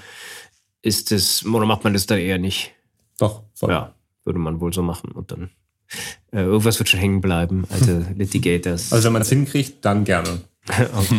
macht man das dann eher nicht? Doch, voll. Ja, würde man wohl so machen. Und dann irgendwas wird schon hängen bleiben, alte Litigators. Also wenn man es hinkriegt, dann gerne. Okay.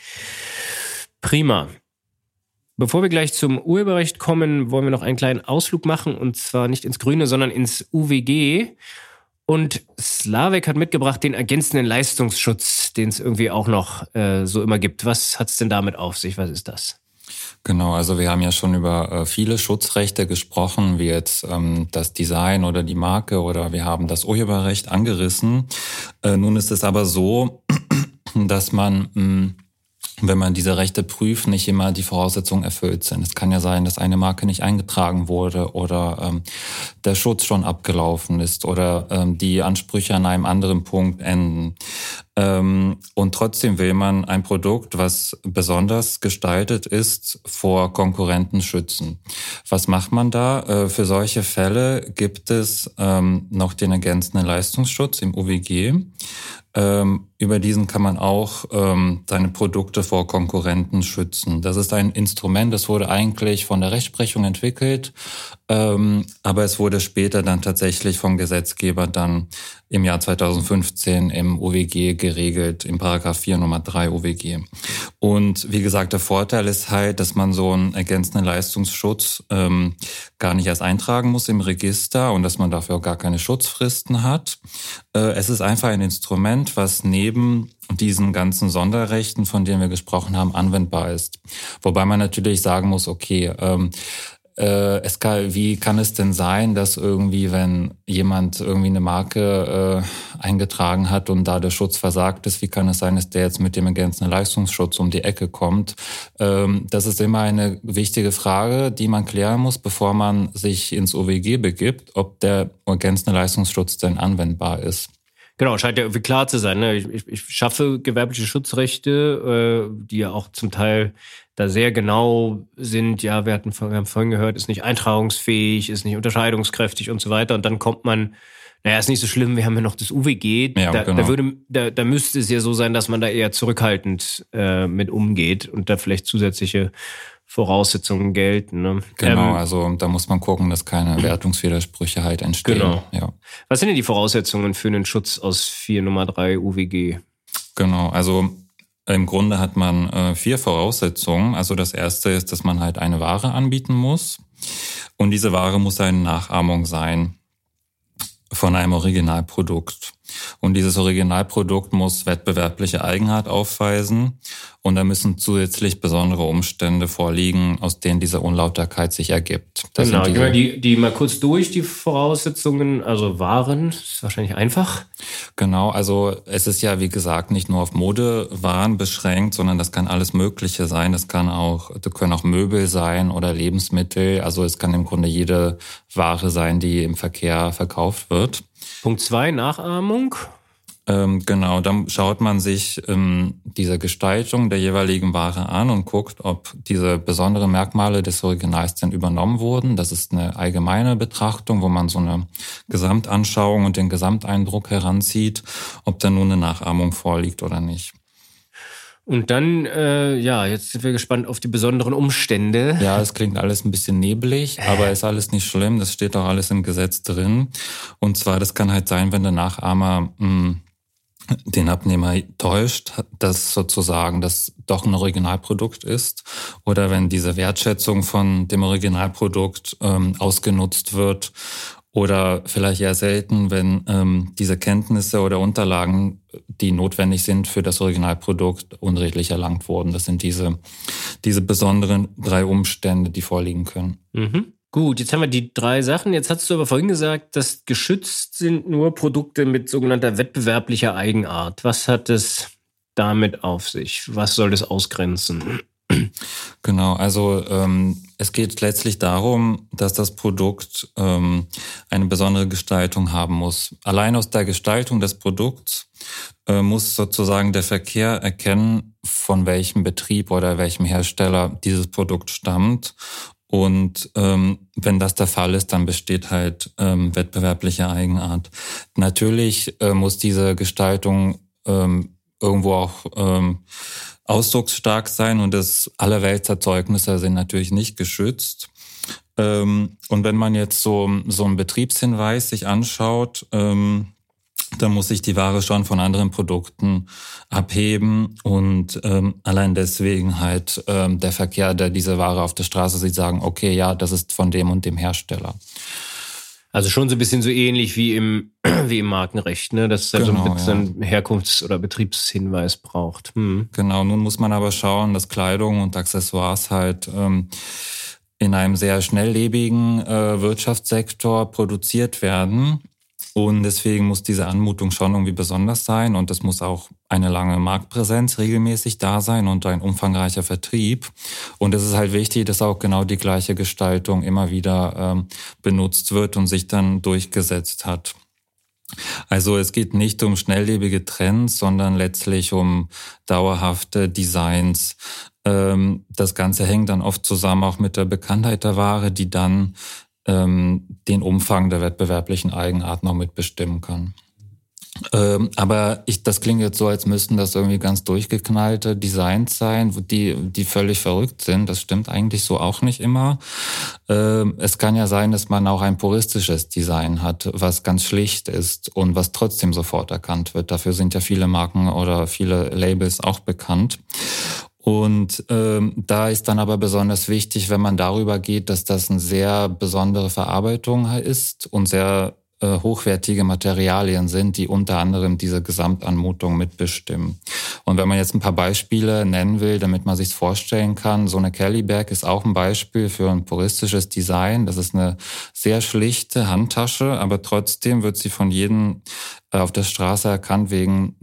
Prima. Bevor wir gleich zum Urheberrecht kommen, wollen wir noch einen kleinen Ausflug machen. Und zwar nicht ins Grüne, sondern ins UWG. Und Slavek hat mitgebracht den ergänzenden Leistungsschutz, den es irgendwie auch noch so immer gibt. Was hat es denn damit auf sich? Was ist das? Genau, also wir haben ja schon über viele Schutzrechte gesprochen, wie jetzt das Design oder die Marke, oder wir haben das Urheberrecht angerissen. Nun ist es aber so, dass man, wenn man diese Rechte prüft, nicht immer die Voraussetzungen erfüllt sind. Es kann ja sein, dass eine Marke nicht eingetragen wurde oder der Schutz schon abgelaufen ist oder die Ansprüche an einem anderen Punkt enden. Und trotzdem will man ein Produkt, was besonders gestaltet ist, vor Konkurrenten schützen. Was macht man da? Für solche Fälle gibt es noch den ergänzenden Leistungsschutz im UWG. Über diesen kann man auch seine Produkte vor Konkurrenten schützen. Das ist ein Instrument, das wurde eigentlich von der Rechtsprechung entwickelt, aber es wurde später dann tatsächlich vom Gesetzgeber dann im Jahr 2015 im UWG geregelt, im Paragraph 4 Nummer 3 UWG. Und wie gesagt, der Vorteil ist halt, dass man so einen ergänzenden Leistungsschutz gar nicht erst eintragen muss im Register und dass man dafür auch gar keine Schutzfristen hat. Es ist einfach ein Instrument, was neben diesen ganzen Sonderrechten, von denen wir gesprochen haben, anwendbar ist. Wobei man natürlich sagen muss, okay, wie kann es denn sein, dass irgendwie, wenn jemand irgendwie eine Marke eingetragen hat und da der Schutz versagt ist, wie kann es sein, dass der jetzt mit dem ergänzenden Leistungsschutz um die Ecke kommt? Das ist immer eine wichtige Frage, die man klären muss, bevor man sich ins OWG begibt, ob der ergänzende Leistungsschutz denn anwendbar ist. Genau, scheint ja irgendwie klar zu sein. Ne? Ich schaffe gewerbliche Schutzrechte, die ja auch zum Teil da sehr genau sind, ja, wir haben vorhin gehört, ist nicht eintragungsfähig, ist nicht unterscheidungskräftig und so weiter. Und dann kommt man, naja, ist nicht so schlimm, wir haben ja noch das UWG. Ja, genau. Da müsste es ja so sein, dass man da eher zurückhaltend mit umgeht und da vielleicht zusätzliche Voraussetzungen gelten. Ne? Genau, also da muss man gucken, dass keine Wertungswidersprüche halt entstehen. Genau. Ja. Was sind denn die Voraussetzungen für einen Schutz aus 4 Nummer 3 UWG? Genau, also im Grunde hat man 4 Voraussetzungen. Also das erste ist, dass man halt eine Ware anbieten muss. Und diese Ware muss eine Nachahmung sein von einem Originalprodukt. Und dieses Originalprodukt muss wettbewerbliche Eigenart aufweisen. Und da müssen zusätzlich besondere Umstände vorliegen, aus denen diese Unlauterkeit sich ergibt. Das genau, sind gehen wir die mal kurz durch, die Voraussetzungen. Also Waren, ist wahrscheinlich einfach. Genau, also es ist ja, wie gesagt, nicht nur auf Modewaren beschränkt, sondern das kann alles Mögliche sein. Das können auch Möbel sein oder Lebensmittel. Also es kann im Grunde jede Ware sein, die im Verkehr verkauft wird. Punkt 2, Nachahmung. Genau, dann schaut man sich diese Gestaltung der jeweiligen Ware an und guckt, ob diese besonderen Merkmale des Originals denn übernommen wurden. Das ist eine allgemeine Betrachtung, wo man so eine Gesamtanschauung und den Gesamteindruck heranzieht, ob da nun eine Nachahmung vorliegt oder nicht. Und dann, jetzt sind wir gespannt auf die besonderen Umstände. Ja, es klingt alles ein bisschen neblig, aber ist alles nicht schlimm. Das steht auch alles im Gesetz drin. Und zwar, das kann halt sein, wenn der Nachahmer den Abnehmer täuscht, dass sozusagen das doch ein Originalprodukt ist, oder wenn diese Wertschätzung von dem Originalprodukt ausgenutzt wird, oder vielleicht eher selten, wenn diese Kenntnisse oder Unterlagen, die notwendig sind für das Originalprodukt, unredlich erlangt wurden. Das sind diese besonderen 3 Umstände, die vorliegen können. Mhm. Gut, jetzt haben wir die 3 Sachen. Jetzt hast du aber vorhin gesagt, dass geschützt sind nur Produkte mit sogenannter wettbewerblicher Eigenart. Was hat es damit auf sich? Was soll das ausgrenzen? Genau, also es geht letztlich darum, dass das Produkt eine besondere Gestaltung haben muss. Allein aus der Gestaltung des Produkts muss sozusagen der Verkehr erkennen, von welchem Betrieb oder welchem Hersteller dieses Produkt stammt. Und wenn das der Fall ist, dann besteht halt wettbewerbliche Eigenart. Natürlich muss diese Gestaltung irgendwo auch ausdrucksstark sein, und das Allerweltserzeugnisse sind natürlich nicht geschützt. Und wenn man jetzt so einen Betriebshinweis sich anschaut, dann muss sich die Ware schon von anderen Produkten abheben, und allein deswegen halt der Verkehr, der diese Ware auf der Straße sieht, sagen, okay, ja, das ist von dem und dem Hersteller. Also schon so ein bisschen so ähnlich wie im Markenrecht, ne? Dass es da genau, so einen Herkunfts- oder Betriebshinweis braucht. Genau, nun muss man aber schauen, dass Kleidung und Accessoires halt in einem sehr schnelllebigen Wirtschaftssektor produziert werden. Und deswegen muss diese Anmutung schon irgendwie besonders sein, und es muss auch eine lange Marktpräsenz regelmäßig da sein und ein umfangreicher Vertrieb. Und es ist halt wichtig, dass auch genau die gleiche Gestaltung immer wieder benutzt wird und sich dann durchgesetzt hat. Also es geht nicht um schnelllebige Trends, sondern letztlich um dauerhafte Designs. Das Ganze hängt dann oft zusammen auch mit der Bekanntheit der Ware, die dann den Umfang der wettbewerblichen Eigenart noch mitbestimmen kann. Aber das klingt jetzt so, als müssten das irgendwie ganz durchgeknallte Designs sein, die völlig verrückt sind. Das stimmt eigentlich so auch nicht immer. Es kann ja sein, dass man auch ein puristisches Design hat, was ganz schlicht ist und was trotzdem sofort erkannt wird. Dafür sind ja viele Marken oder viele Labels auch bekannt. Und da ist dann aber besonders wichtig, wenn man darüber geht, dass das eine sehr besondere Verarbeitung ist und sehr hochwertige Materialien sind, die unter anderem diese Gesamtanmutung mitbestimmen. Und wenn man jetzt ein paar Beispiele nennen will, damit man sich vorstellen kann, so eine Kelly Bag ist auch ein Beispiel für ein puristisches Design. Das ist eine sehr schlichte Handtasche, aber trotzdem wird sie von jedem auf der Straße erkannt wegen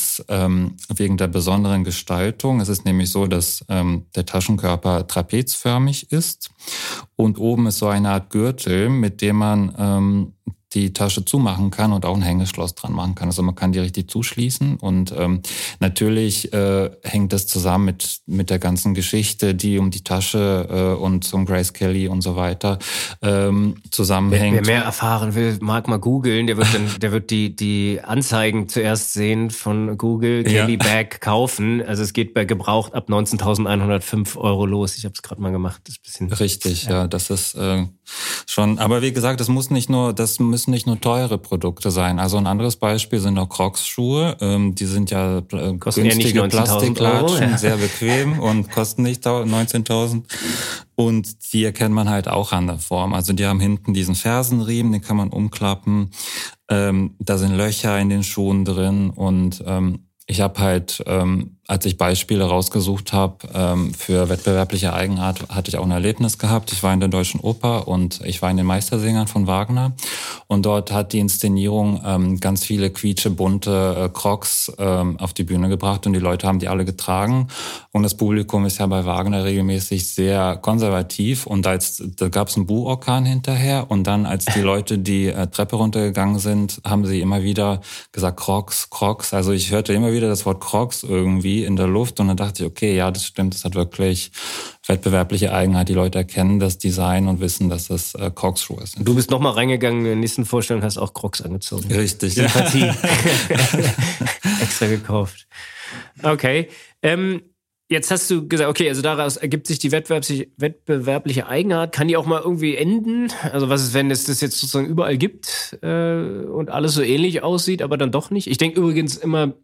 der besonderen Gestaltung. Es ist nämlich so, dass der Taschenkörper trapezförmig ist und oben ist so eine Art Gürtel, mit dem man die Tasche zumachen kann und auch ein Hängeschloss dran machen kann. Also man kann die richtig zuschließen und natürlich hängt das zusammen mit der ganzen Geschichte, die um die Tasche und um Grace Kelly und so weiter zusammenhängt. Wer mehr erfahren will, mag mal googeln. Der wird die Anzeigen zuerst sehen von Google, Kelly Bag kaufen. Also es geht bei gebraucht ab 19.105 € los. Ich habe es gerade mal gemacht. Das ist ein bisschen richtig, ja, das ist schon. Aber wie gesagt, das müssen nicht nur teure Produkte sein. Also ein anderes Beispiel sind auch Crocs-Schuhe. Die sind ja günstige Plastiklatschen, sehr bequem und kosten nicht 19.000. Und die erkennt man halt auch an der Form. Also die haben hinten diesen Fersenriemen, den kann man umklappen. Da sind Löcher in den Schuhen drin und ich habe halt, als ich Beispiele rausgesucht habe für wettbewerbliche Eigenart, hatte ich auch ein Erlebnis gehabt. Ich war in der Deutschen Oper und ich war in den Meistersängern von Wagner. Und dort hat die Inszenierung ganz viele quietschebunte Crocs auf die Bühne gebracht und die Leute haben die alle getragen. Und das Publikum ist ja bei Wagner regelmäßig sehr konservativ. Und da gab es einen Buhorkan hinterher. Und dann, als die Leute die Treppe runtergegangen sind, haben sie immer wieder gesagt, Crocs, Crocs. Also ich hörte immer wieder das Wort Crocs irgendwie in der Luft und dann dachte ich, okay, ja, das stimmt, das hat wirklich wettbewerbliche Eigenheit. Die Leute erkennen das Design und wissen, dass das Crocs-Schuhe sind. Du bist nochmal reingegangen in der nächsten Vorstellung und hast auch Crocs angezogen. Richtig. Sympathie. Extra gekauft. Okay. Jetzt hast du gesagt, okay, also daraus ergibt sich die wettbewerbliche Eigenart. Kann die auch mal irgendwie enden? Also was ist, wenn es das jetzt sozusagen überall gibt und alles so ähnlich aussieht, aber dann doch nicht? Ich denke übrigens immer,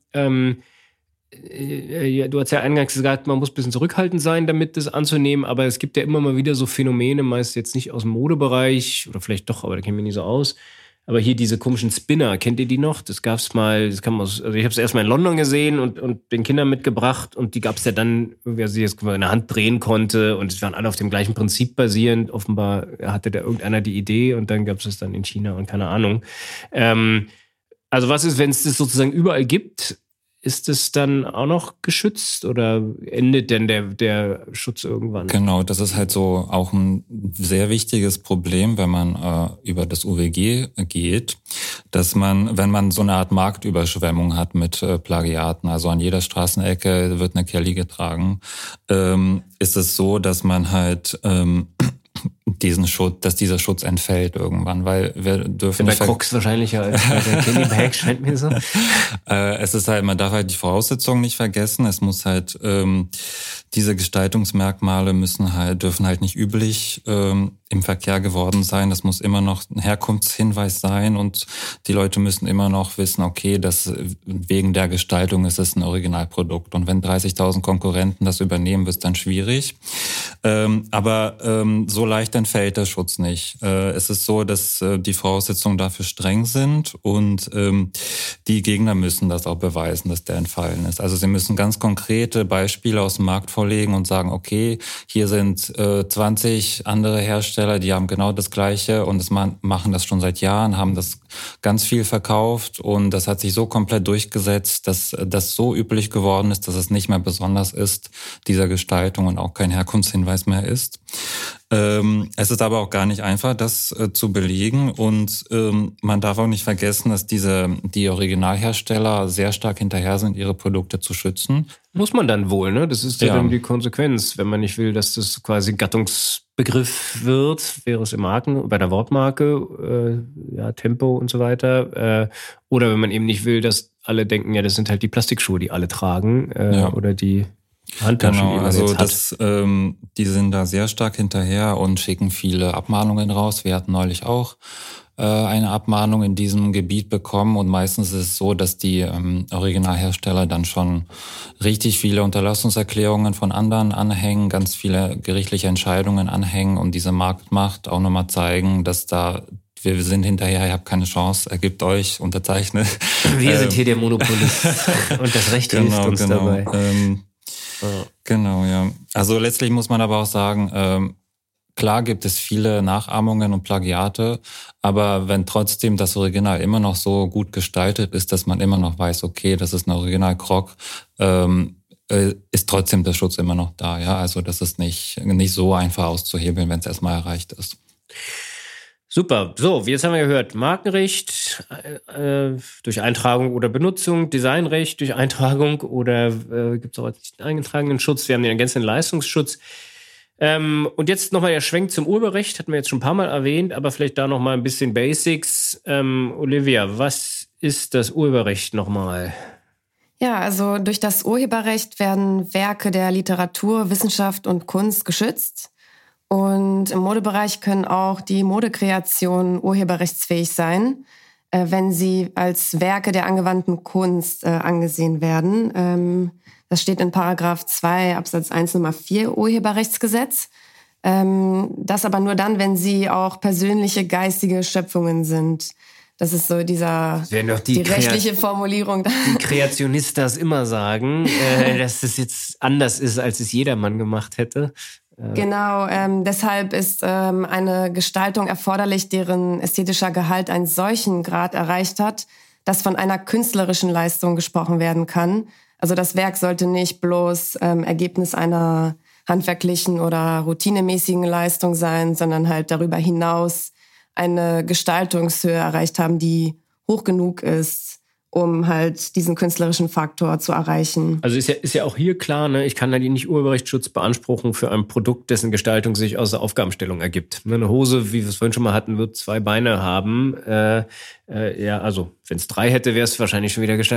du hast ja eingangs gesagt, man muss ein bisschen zurückhaltend sein, damit das anzunehmen, aber es gibt ja immer mal wieder so Phänomene, meist jetzt nicht aus dem Modebereich oder vielleicht doch, aber da kenne ich mich nicht so aus. Aber hier diese komischen Spinner, kennt ihr die noch? Das gab's mal, ich habe es erstmal in London gesehen und den Kindern mitgebracht und die gab's ja dann, wer sie jetzt in der Hand drehen konnte und es waren alle auf dem gleichen Prinzip basierend. Offenbar hatte da irgendeiner die Idee und dann gab's es dann in China und keine Ahnung. Also was ist, wenn es das sozusagen überall gibt? Ist es dann auch noch geschützt oder endet denn der Schutz irgendwann? Genau, das ist halt so auch ein sehr wichtiges Problem, wenn man über das UWG geht, dass man, wenn man so eine Art Marktüberschwemmung hat mit Plagiaten, also an jeder Straßenecke wird eine Kelly getragen, ist es so, dass man halt dass dieser Schutz entfällt irgendwann, weil wir dürfen bei Crocs wahrscheinlicher als bei der Kelly Bag, scheint mir so. Es ist halt, man darf halt die Voraussetzungen nicht vergessen. Es muss halt diese Gestaltungsmerkmale dürfen halt nicht üblich im Verkehr geworden sein. Das muss immer noch ein Herkunftshinweis sein und die Leute müssen immer noch wissen, okay, das wegen der Gestaltung ist es ein Originalprodukt. Und wenn 30.000 Konkurrenten das übernehmen, wird es dann schwierig. Aber so leicht entfällt der Schutz nicht. Es ist so, dass die Voraussetzungen dafür streng sind und die Gegner müssen das auch beweisen, dass der entfallen ist. Also sie müssen ganz konkrete Beispiele aus dem Markt vorlegen und sagen, okay, hier sind 20 andere Hersteller, die haben genau das Gleiche und machen das schon seit Jahren, haben das ganz viel verkauft und das hat sich so komplett durchgesetzt, dass das so üblich geworden ist, dass es nicht mehr besonders ist, dieser Gestaltung und auch kein Herkunftshinweis mehr ist. Es ist aber auch gar nicht einfach, das zu belegen und man darf auch nicht vergessen, dass die Originalhersteller sehr stark hinterher sind, ihre Produkte zu schützen. Muss man dann wohl, ne? Das ist ja dann die Konsequenz. Wenn man nicht will, dass das quasi Gattungsbegriff wird, wäre es bei der Wortmarke, Tempo und so weiter. Oder wenn man eben nicht will, dass alle denken, ja, das sind halt die Plastikschuhe, die alle tragen oder die Handtaschen. Genau, also die sind da sehr stark hinterher und schicken viele Abmahnungen raus. Wir hatten neulich auch eine Abmahnung in diesem Gebiet bekommen und meistens ist es so, dass die Originalhersteller dann schon richtig viele Unterlassungserklärungen von anderen anhängen, ganz viele gerichtliche Entscheidungen anhängen und diese Marktmacht auch nochmal zeigen, dass wir sind hinterher, ihr habt keine Chance, ergibt euch, unterzeichnet. Wir sind hier der Monopolist und das Recht hilft uns dabei. Genau, ja. Also letztlich muss man aber auch sagen, klar gibt es viele Nachahmungen und Plagiate, aber wenn trotzdem das Original immer noch so gut gestaltet ist, dass man immer noch weiß, okay, das ist ein Original-Croc, ist trotzdem der Schutz immer noch da. Ja, also das ist nicht so einfach auszuhebeln, wenn es erstmal erreicht ist. Super. So, jetzt haben wir gehört, Markenrecht durch Eintragung oder Benutzung, Designrecht durch Eintragung oder gibt es auch nicht eingetragenen Schutz. Wir haben den ergänzenden Leistungsschutz. Und jetzt nochmal der Schwenk zum Urheberrecht, hatten wir jetzt schon ein paar Mal erwähnt, aber vielleicht da nochmal ein bisschen Basics. Olivia, was ist das Urheberrecht nochmal? Ja, also durch das Urheberrecht werden Werke der Literatur, Wissenschaft und Kunst geschützt. Und im Modebereich können auch die Modekreationen urheberrechtsfähig sein, wenn sie als Werke der angewandten Kunst angesehen werden. Das steht in Paragraph 2 Absatz 1 Nummer 4 Urheberrechtsgesetz. Das aber nur dann, wenn sie auch persönliche geistige Schöpfungen sind. Das ist so die rechtliche Formulierung. Die Kreationistas immer sagen, dass es jetzt anders ist, als es jedermann gemacht hätte. Genau, deshalb ist eine Gestaltung erforderlich, deren ästhetischer Gehalt einen solchen Grad erreicht hat, dass von einer künstlerischen Leistung gesprochen werden kann. Also das Werk sollte nicht bloß Ergebnis einer handwerklichen oder routinemäßigen Leistung sein, sondern halt darüber hinaus eine Gestaltungshöhe erreicht haben, die hoch genug ist, um halt diesen künstlerischen Faktor zu erreichen. Also ist ja auch hier klar, ne? Ich kann da nicht Urheberrechtsschutz beanspruchen für ein Produkt, dessen Gestaltung sich aus der Aufgabenstellung ergibt. Eine Hose, wie wir es vorhin schon mal hatten, wird 2 Beine haben. Also wenn es 3 hätte, wäre es wahrscheinlich schon wieder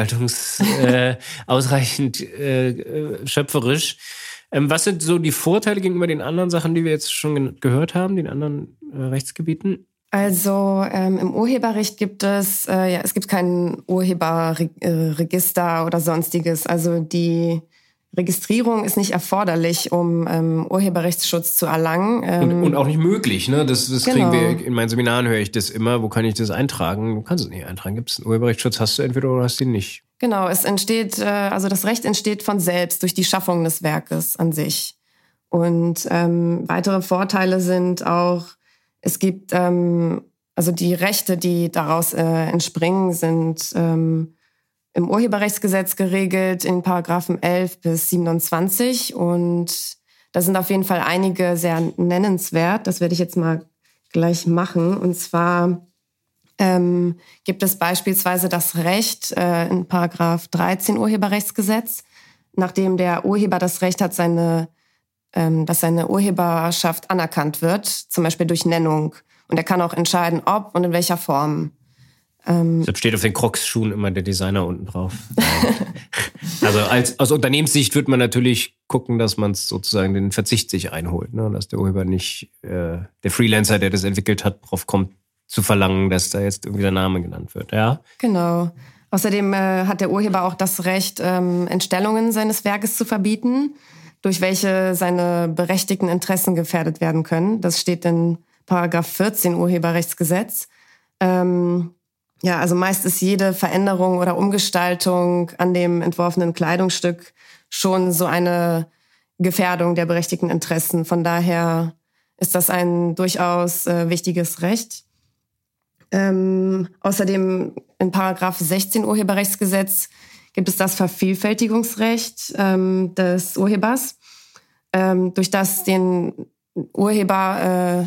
ausreichend schöpferisch. Was sind so die Vorteile gegenüber den anderen Sachen, die wir jetzt schon gehört haben, den anderen Rechtsgebieten? Also im Urheberrecht gibt es kein Urheberregister oder sonstiges. Also die Registrierung ist nicht erforderlich, um Urheberrechtsschutz zu erlangen. Und auch nicht möglich, ne? Das genau. Kriegen wir in meinen Seminaren, höre ich das immer. Wo kann ich das eintragen? Du kannst es nicht eintragen. Gibt es einen Urheberrechtsschutz? Hast du entweder oder hast du ihn nicht? Genau, es entsteht, das Recht entsteht von selbst durch die Schaffung des Werkes an sich. Und weitere Vorteile sind auch, es gibt, die Rechte, die daraus entspringen, sind im Urheberrechtsgesetz geregelt in Paragraphen 11 bis 27. Und da sind auf jeden Fall einige sehr nennenswert. Das werde ich jetzt mal gleich machen. Und zwar gibt es beispielsweise das Recht in Paragraph 13 Urheberrechtsgesetz, nachdem der Urheber das Recht hat, dass seine Urheberschaft anerkannt wird, zum Beispiel durch Nennung. Und er kann auch entscheiden, ob und in welcher Form. Deshalb steht auf den Crocs-Schuhen immer der Designer unten drauf. Also aus Unternehmenssicht wird man natürlich gucken, dass man es sozusagen den Verzicht sich einholt, ne? Dass der Urheber nicht, der Freelancer, der das entwickelt hat, drauf kommt zu verlangen, dass da jetzt irgendwie der Name genannt wird. Ja? Genau. Außerdem hat der Urheber auch das Recht, Entstellungen seines Werkes zu verbieten, durch welche seine berechtigten Interessen gefährdet werden können. Das steht in Paragraph 14 Urheberrechtsgesetz. Also meist ist jede Veränderung oder Umgestaltung an dem entworfenen Kleidungsstück schon so eine Gefährdung der berechtigten Interessen. Von daher ist das ein durchaus wichtiges Recht. Außerdem in Paragraph 16 Urheberrechtsgesetz gibt es das Vervielfältigungsrecht des Urhebers, durch das den Urheber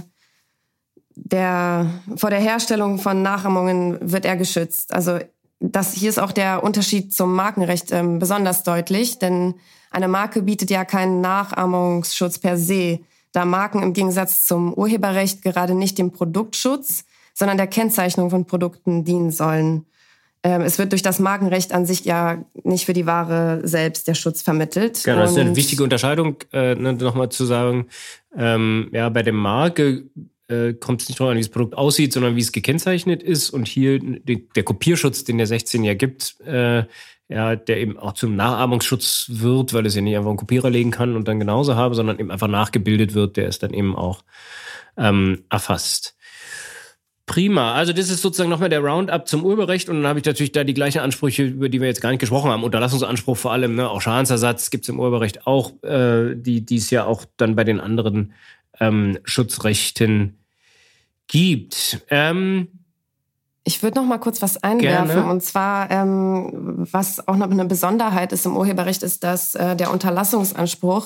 vor der Herstellung von Nachahmungen wird er geschützt. Also hier ist auch der Unterschied zum Markenrecht besonders deutlich, denn eine Marke bietet ja keinen Nachahmungsschutz per se, da Marken im Gegensatz zum Urheberrecht gerade nicht dem Produktschutz, sondern der Kennzeichnung von Produkten dienen sollen. Es wird durch das Markenrecht an sich ja nicht für die Ware selbst der Schutz vermittelt. Ja, das ist eine wichtige Unterscheidung, nochmal zu sagen. Bei der Marke kommt es nicht darauf an, wie das Produkt aussieht, sondern wie es gekennzeichnet ist. Und hier der Kopierschutz, den der 16 ja gibt, der eben auch zum Nachahmungsschutz wird, weil es ja nicht einfach einen Kopierer legen kann und dann genauso habe, sondern eben einfach nachgebildet wird, der ist dann eben auch erfasst. Prima, also das ist sozusagen nochmal der Roundup zum Urheberrecht und dann habe ich natürlich da die gleichen Ansprüche, über die wir jetzt gar nicht gesprochen haben. Unterlassungsanspruch vor allem, ne? Auch Schadensersatz gibt es im Urheberrecht auch, die es ja auch dann bei den anderen Schutzrechten gibt. Ich würde noch mal kurz was einwerfen. Gerne. Und zwar, was auch noch eine Besonderheit ist im Urheberrecht, ist, dass der Unterlassungsanspruch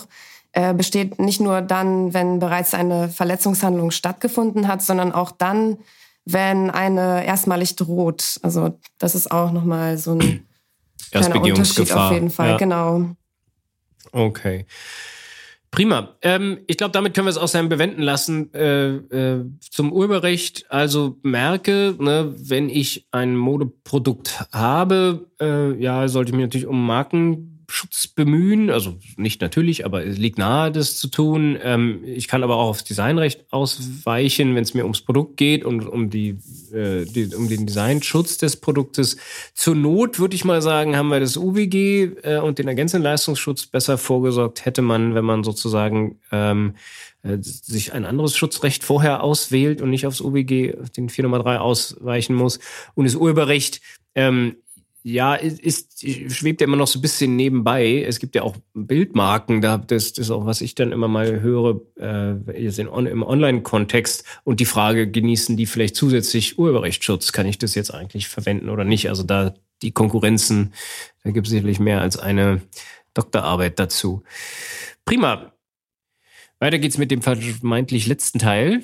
besteht nicht nur dann, wenn bereits eine Verletzungshandlung stattgefunden hat, sondern auch dann, wenn eine erstmalig droht. Also das ist auch nochmal so ein kleiner Unterschied auf jeden Fall. Ja. Genau. Okay. Prima. Ich glaube, damit können wir es auch sein bewenden lassen. Zum Urheberrecht, also merke, ne, wenn ich ein Modeprodukt habe, sollte ich mich natürlich um Markenschutz bemühen. Also nicht natürlich, aber es liegt nahe, das zu tun. Ich kann aber auch aufs Designrecht ausweichen, wenn es mir ums Produkt geht und um den Designschutz des Produktes. Zur Not würde ich mal sagen, haben wir das UWG und den ergänzenden Leistungsschutz besser vorgesorgt, hätte man, wenn man sozusagen sich ein anderes Schutzrecht vorher auswählt und nicht aufs UWG, den 4 Nummer 3 ausweichen muss. Und das Urheberrecht schwebt ja immer noch so ein bisschen nebenbei. Es gibt ja auch Bildmarken, das ist auch, was ich dann immer mal höre, jetzt im Online-Kontext. Und die Frage, genießen die vielleicht zusätzlich Urheberrechtsschutz? Kann ich das jetzt eigentlich verwenden oder nicht? Also da die Konkurrenzen, da gibt es sicherlich mehr als eine Doktorarbeit dazu. Prima. Weiter geht's mit dem vermutlich letzten Teil.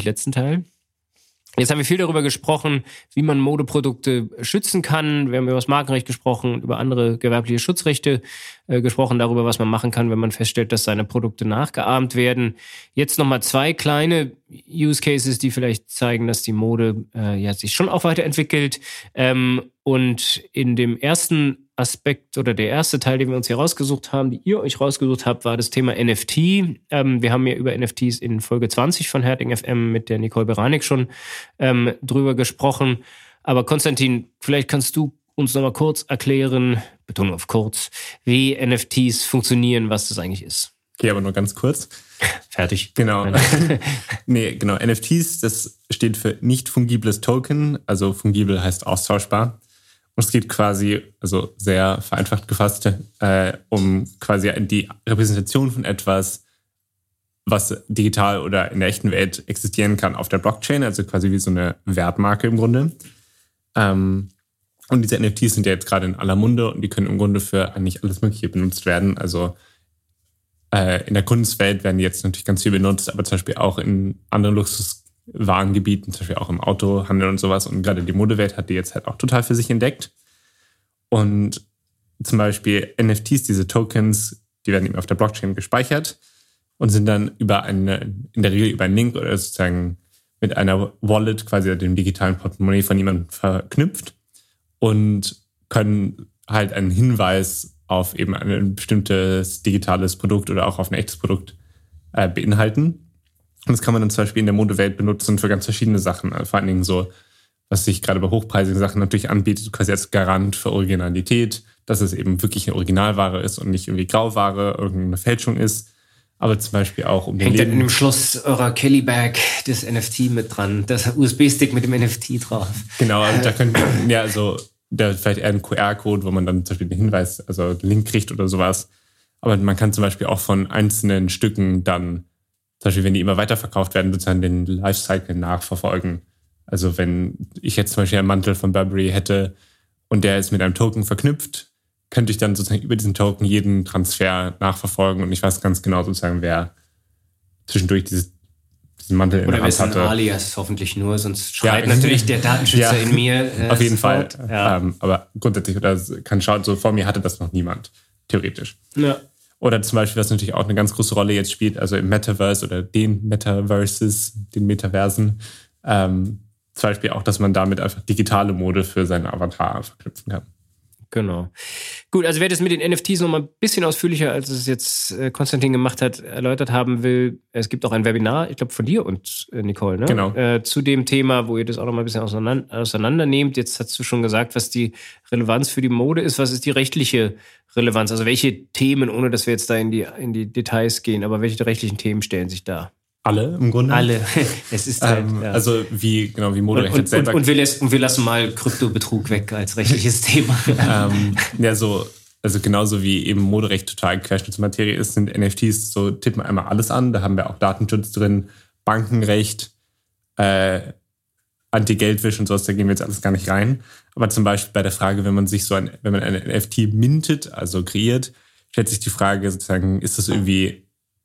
Jetzt haben wir viel darüber gesprochen, wie man Modeprodukte schützen kann. Wir haben über das Markenrecht gesprochen, über andere gewerbliche Schutzrechte gesprochen, darüber, was man machen kann, wenn man feststellt, dass seine Produkte nachgeahmt werden. Jetzt nochmal 2 kleine Use Cases, die vielleicht zeigen, dass die Mode sich schon auch weiterentwickelt. Und in dem ersten Aspekt oder der erste Teil, den wir uns hier rausgesucht haben, die ihr euch rausgesucht habt, war das Thema NFT. Wir haben ja über NFTs in Folge 20 von Herting FM mit der Nicole Beranek schon drüber gesprochen. Aber Konstantin, vielleicht kannst du uns noch mal kurz erklären, Betonung auf kurz, wie NFTs funktionieren, was das eigentlich ist. Okay, aber nur ganz kurz. Fertig. Genau. NFTs, das steht für nicht fungibles Token. Also fungibel heißt austauschbar. Und es geht quasi, also sehr vereinfacht gefasst, um quasi die Repräsentation von etwas, was digital oder in der echten Welt existieren kann auf der Blockchain, also quasi wie so eine Wertmarke im Grunde. Und diese NFTs sind ja jetzt gerade in aller Munde und die können im Grunde für eigentlich alles Mögliche benutzt werden. Also in der Kunstwelt werden die jetzt natürlich ganz viel benutzt, aber zum Beispiel auch in anderen Luxuswarengebieten, zum Beispiel auch im Autohandel und sowas. Und gerade die Modewelt hat die jetzt halt auch total für sich entdeckt. Und zum Beispiel NFTs, diese Tokens, die werden eben auf der Blockchain gespeichert und sind dann in der Regel über einen Link oder sozusagen mit einer Wallet, quasi dem digitalen Portemonnaie von jemandem verknüpft und können halt einen Hinweis auf eben ein bestimmtes digitales Produkt oder auch auf ein echtes Produkt beinhalten. Und das kann man dann zum Beispiel in der Modewelt benutzen für ganz verschiedene Sachen. Also vor allen Dingen so, was sich gerade bei hochpreisigen Sachen natürlich anbietet, quasi als Garant für Originalität, dass es eben wirklich eine Originalware ist und nicht irgendwie Grauware, irgendeine Fälschung ist. Aber zum Beispiel auch um den Hängt dann in dem Schloss eurer Kellybag das NFT mit dran, das USB-Stick mit dem NFT drauf. Genau, also da könnte da vielleicht eher ein QR-Code, wo man dann zum Beispiel den Hinweis, also den Link kriegt oder sowas. Aber man kann zum Beispiel auch von einzelnen Stücken dann, zum Beispiel wenn die immer weiterverkauft werden, sozusagen den Lifecycle nachverfolgen. Also wenn ich jetzt zum Beispiel einen Mantel von Burberry hätte und der ist mit einem Token verknüpft, könnte ich dann sozusagen über diesen Token jeden Transfer nachverfolgen und ich weiß ganz genau sozusagen, wer zwischendurch diesen Mantel in der Hand hatte. Oder Alias hoffentlich nur, sonst schreit natürlich der Datenschützer in mir. Auf jeden Fall. Ja. Aber grundsätzlich, oder kann schauen, so vor mir hatte das noch niemand, theoretisch. Ja. Oder zum Beispiel, was natürlich auch eine ganz große Rolle jetzt spielt, also im Metaverse oder den Metaverses, den Metaversen, zum Beispiel auch, dass man damit einfach digitale Mode für seinen Avatar verknüpfen kann. Genau. Gut, also wer das mit den NFTs noch mal ein bisschen ausführlicher, als es jetzt Konstantin gemacht hat, erläutert haben will, es gibt auch ein Webinar, ich glaube von dir und Nicole, ne? Genau. Zu dem Thema, wo ihr das auch noch mal ein bisschen auseinandernehmt. Jetzt hast du schon gesagt, was die Relevanz für die Mode ist. Was ist die rechtliche Relevanz? Also welche Themen, ohne dass wir jetzt da in die Details gehen, aber welche rechtlichen Themen stellen sich da? Alle im Grunde? Alle. Es ist halt, ja. Also wie Moderecht jetzt selber. Und wir lassen mal Kryptobetrug weg als rechtliches Thema. Also genauso wie eben Moderecht total Querschnittsmaterie ist, sind NFTs so, tippen einmal alles an. Da haben wir auch Datenschutz drin, Bankenrecht, Anti-Geldwäsche und sowas, da gehen wir jetzt alles gar nicht rein. Aber zum Beispiel bei der Frage, wenn man ein NFT mintet, also kreiert, stellt sich die Frage sozusagen, ist das irgendwie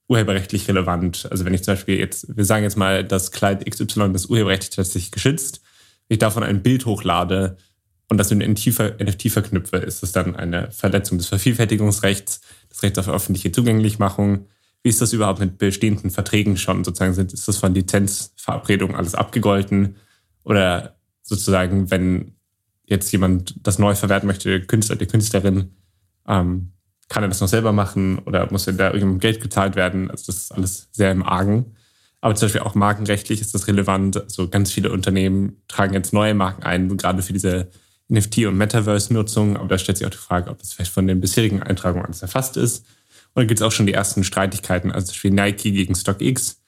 urheberrechtlich relevant. Also wenn ich zum Beispiel wir sagen jetzt mal, das Kleid XY ist urheberrechtlich tatsächlich geschützt, wenn ich davon ein Bild hochlade und das mit einem NFT verknüpfe, ist das dann eine Verletzung des Vervielfältigungsrechts, des Rechts auf öffentliche Zugänglichmachung? Wie ist das überhaupt mit bestehenden Verträgen schon? Sozusagen ist das von Lizenzverabredungen alles abgegolten? Oder sozusagen, wenn jetzt jemand das neu verwerten möchte, der Künstler, die Künstlerin, kann er das noch selber machen oder muss da irgendein Geld gezahlt werden? Also das ist alles sehr im Argen. Aber zum Beispiel auch markenrechtlich ist das relevant. Also ganz viele Unternehmen tragen jetzt neue Marken ein, gerade für diese NFT- und Metaverse-Nutzung. Aber da stellt sich auch die Frage, ob das vielleicht von den bisherigen Eintragungen alles erfasst ist. Und da gibt es auch schon die ersten Streitigkeiten, also zum Beispiel Nike gegen StockX,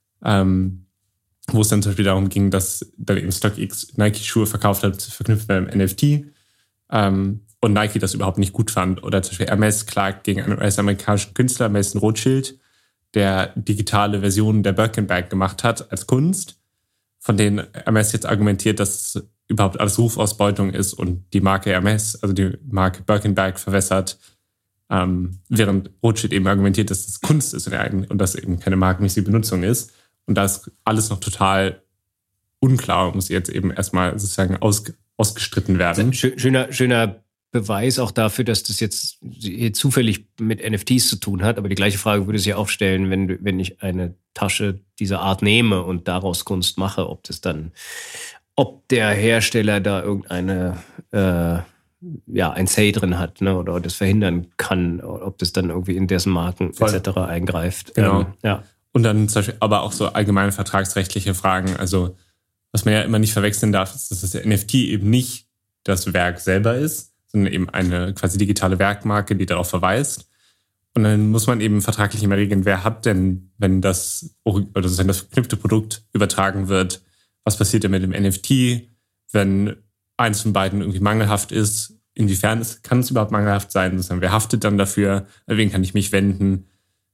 wo es dann zum Beispiel darum ging, dass dann eben StockX Nike-Schuhe verkauft hat, verknüpft mit einem NFT, und Nike das überhaupt nicht gut fand. Oder zum Beispiel Hermes klagt gegen einen US-amerikanischen Künstler, Mason Rothschild, der digitale Versionen der Birkin-Bag gemacht hat als Kunst, von denen Hermes jetzt argumentiert, dass es überhaupt alles Rufausbeutung ist und die Marke Hermes, also die Marke Birkin-Bag, verwässert, während Rothschild eben argumentiert, dass das Kunst ist und dass eben keine markenmäßige Benutzung ist. Und da ist alles noch total unklar und muss jetzt eben erstmal sozusagen ausgestritten werden. Schöner Beweis auch dafür, dass das jetzt hier zufällig mit NFTs zu tun hat. Aber die gleiche Frage würde sich auch stellen, wenn ich eine Tasche dieser Art nehme und daraus Kunst mache, ob der Hersteller da irgendeine ein Say drin hat, ne, oder das verhindern kann, ob das dann irgendwie in dessen Marken etc. eingreift. Genau. Und dann zum Beispiel aber auch so allgemeine vertragsrechtliche Fragen. Also was man ja immer nicht verwechseln darf, ist, dass das NFT eben nicht das Werk selber ist, sondern eben eine quasi digitale Werkmarke, die darauf verweist. Und dann muss man eben vertraglich immer regeln, wer hat denn, wenn das verknüpfte Produkt übertragen wird, was passiert denn mit dem NFT, wenn eins von beiden irgendwie mangelhaft ist, inwiefern kann es überhaupt mangelhaft sein, sozusagen, wer haftet dann dafür, an wen kann ich mich wenden?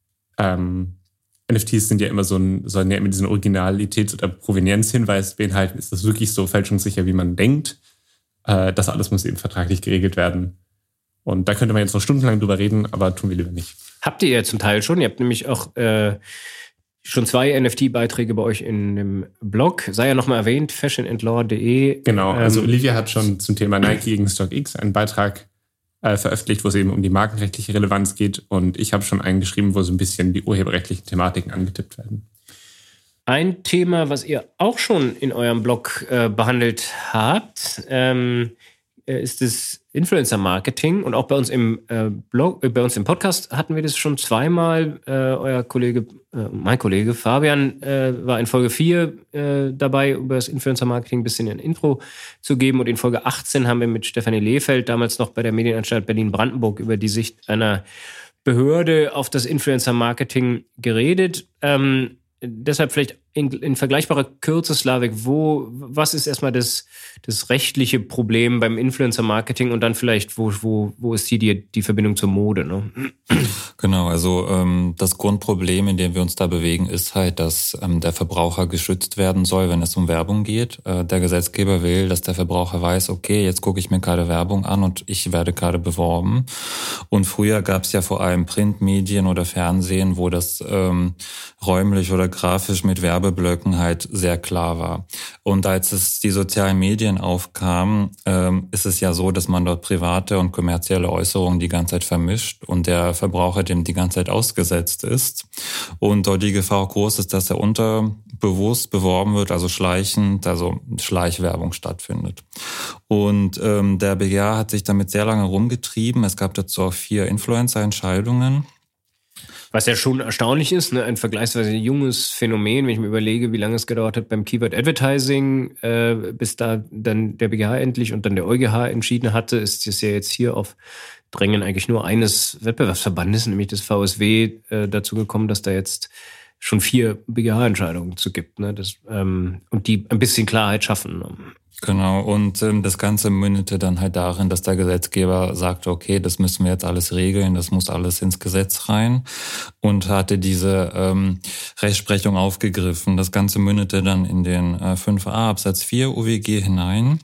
NFTs sind ja immer sollen ja immer diesen Originalitäts- oder Provenienzhinweis beinhalten, ist das wirklich so fälschungssicher, wie man denkt? Das alles muss eben vertraglich geregelt werden. Und da könnte man jetzt noch stundenlang drüber reden, aber tun wir lieber nicht. Habt ihr ja zum Teil schon. Ihr habt nämlich auch schon 2 NFT-Beiträge bei euch in dem Blog. Sei ja nochmal erwähnt, fashionandlaw.de. Genau, also Olivia hat schon zum Thema Nike gegen StockX einen Beitrag veröffentlicht, wo es eben um die markenrechtliche Relevanz geht. Und ich habe schon einen geschrieben, wo so ein bisschen die urheberrechtlichen Thematiken angetippt werden. Ein Thema, was ihr auch schon in eurem Blog behandelt habt, ist das Influencer-Marketing. Und auch bei uns im Blog, bei uns im Podcast hatten wir das schon zweimal. Mein Kollege Fabian war in Folge 4 dabei, über das Influencer-Marketing ein bisschen ein Intro zu geben. Und in Folge 18 haben wir mit Stefanie Lehfeld, damals noch bei der Medienanstalt Berlin-Brandenburg, über die Sicht einer Behörde auf das Influencer-Marketing geredet. Deshalb vielleicht in vergleichbarer Kürze, Slavik, was ist erstmal das rechtliche Problem beim Influencer-Marketing und dann vielleicht, wo ist hier die Verbindung zur Mode? Ne? Genau, also das Grundproblem, in dem wir uns da bewegen, ist halt, dass der Verbraucher geschützt werden soll, wenn es um Werbung geht. Der Gesetzgeber will, dass der Verbraucher weiß, okay, jetzt gucke ich mir gerade Werbung an und ich werde gerade beworben. Und früher gab es ja vor allem Printmedien oder Fernsehen, wo das räumlich oder grafisch mit Werbeblöcken halt sehr klar war. Und als es die sozialen Medien aufkamen, ist es ja so, dass man dort private und kommerzielle Äußerungen die ganze Zeit vermischt und der Verbraucher dem die ganze Zeit ausgesetzt ist. Und dort die Gefahr groß ist, dass er unterbewusst beworben wird, also schleichend, also Schleichwerbung stattfindet. Und der BGH hat sich damit sehr lange rumgetrieben. Es gab dazu auch 4 Influencer-Entscheidungen. Was ja schon erstaunlich ist, ne? Ein vergleichsweise junges Phänomen, wenn ich mir überlege, wie lange es gedauert hat beim Keyword Advertising, bis da dann der BGH endlich und dann der EuGH entschieden hatte, ist es ja jetzt hier auf Drängen eigentlich nur eines Wettbewerbsverbandes, nämlich des VSW, dazu gekommen, dass da jetzt schon 4 BGH-Entscheidungen zu gibt, ne? Und die ein bisschen Klarheit schaffen. Ne? Genau, und das Ganze mündete dann halt darin, dass der Gesetzgeber sagte, okay, das müssen wir jetzt alles regeln, das muss alles ins Gesetz rein und hatte diese Rechtsprechung aufgegriffen. Das Ganze mündete dann in den 5a Absatz 4 UWG hinein,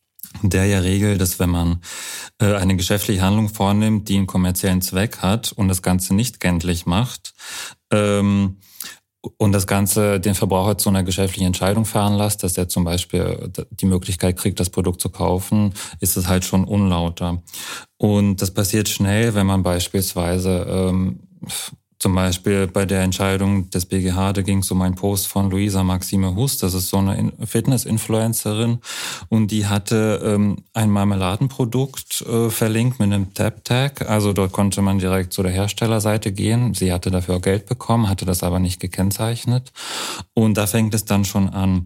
der ja regelt, dass wenn man eine geschäftliche Handlung vornimmt, die einen kommerziellen Zweck hat und das Ganze nicht geltend macht, und das Ganze den Verbraucher zu einer geschäftlichen Entscheidung veranlasst, dass er zum Beispiel die Möglichkeit kriegt, das Produkt zu kaufen, ist es halt schon unlauter. Und das passiert schnell, wenn man beispielsweise zum Beispiel bei der Entscheidung des BGH, da ging es um einen Post von Luisa Maxime Hus, das ist so eine Fitness-Influencerin, und die hatte ein Marmeladenprodukt verlinkt mit einem Tap-Tag, also dort konnte man direkt zu der Herstellerseite gehen. Sie hatte dafür auch Geld bekommen, hatte das aber nicht gekennzeichnet, und da fängt es dann schon an.